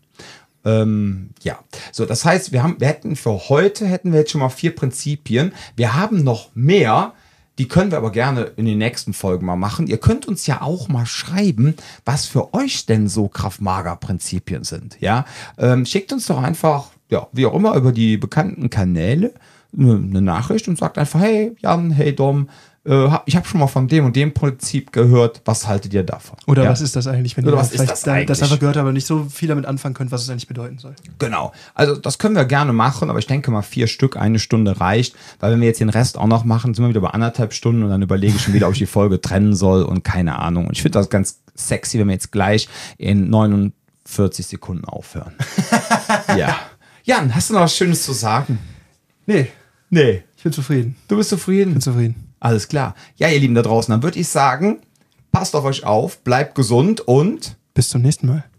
Ja, so, das heißt, wir hätten für heute jetzt schon mal 4 Prinzipien. Wir haben noch mehr, die können wir aber gerne in den nächsten Folgen mal machen. Ihr könnt uns ja auch mal schreiben, was für euch denn so Krav-Maga-Prinzipien sind, ja. Schickt uns doch einfach, ja, wie auch immer, über die bekannten Kanäle eine Nachricht und sagt einfach, hey Jan, hey Dom, ich habe schon mal von dem und dem Prinzip gehört, was haltet ihr davon? Oder ja? Was ist das eigentlich, wenn Oder ihr was ist das eigentlich? das einfach gehört, aber nicht so viel damit anfangen könnt, was es eigentlich bedeuten soll? Genau, also das können wir gerne machen, aber ich denke mal 4 Stück, 1 Stunde reicht, weil wenn wir jetzt den Rest auch noch machen, sind wir wieder bei 1,5 Stunden und dann überlege ich schon wieder, ob ich die Folge trennen soll und keine Ahnung. Und ich finde das ganz sexy, wenn wir jetzt gleich in 49 Sekunden aufhören. Ja. Jan, hast du noch was Schönes zu sagen? Nee, ich bin zufrieden. Du bist zufrieden? Ich bin zufrieden. Alles klar. Ja, ihr Lieben da draußen, dann würde ich sagen, passt auf euch auf, bleibt gesund und Bis zum nächsten Mal.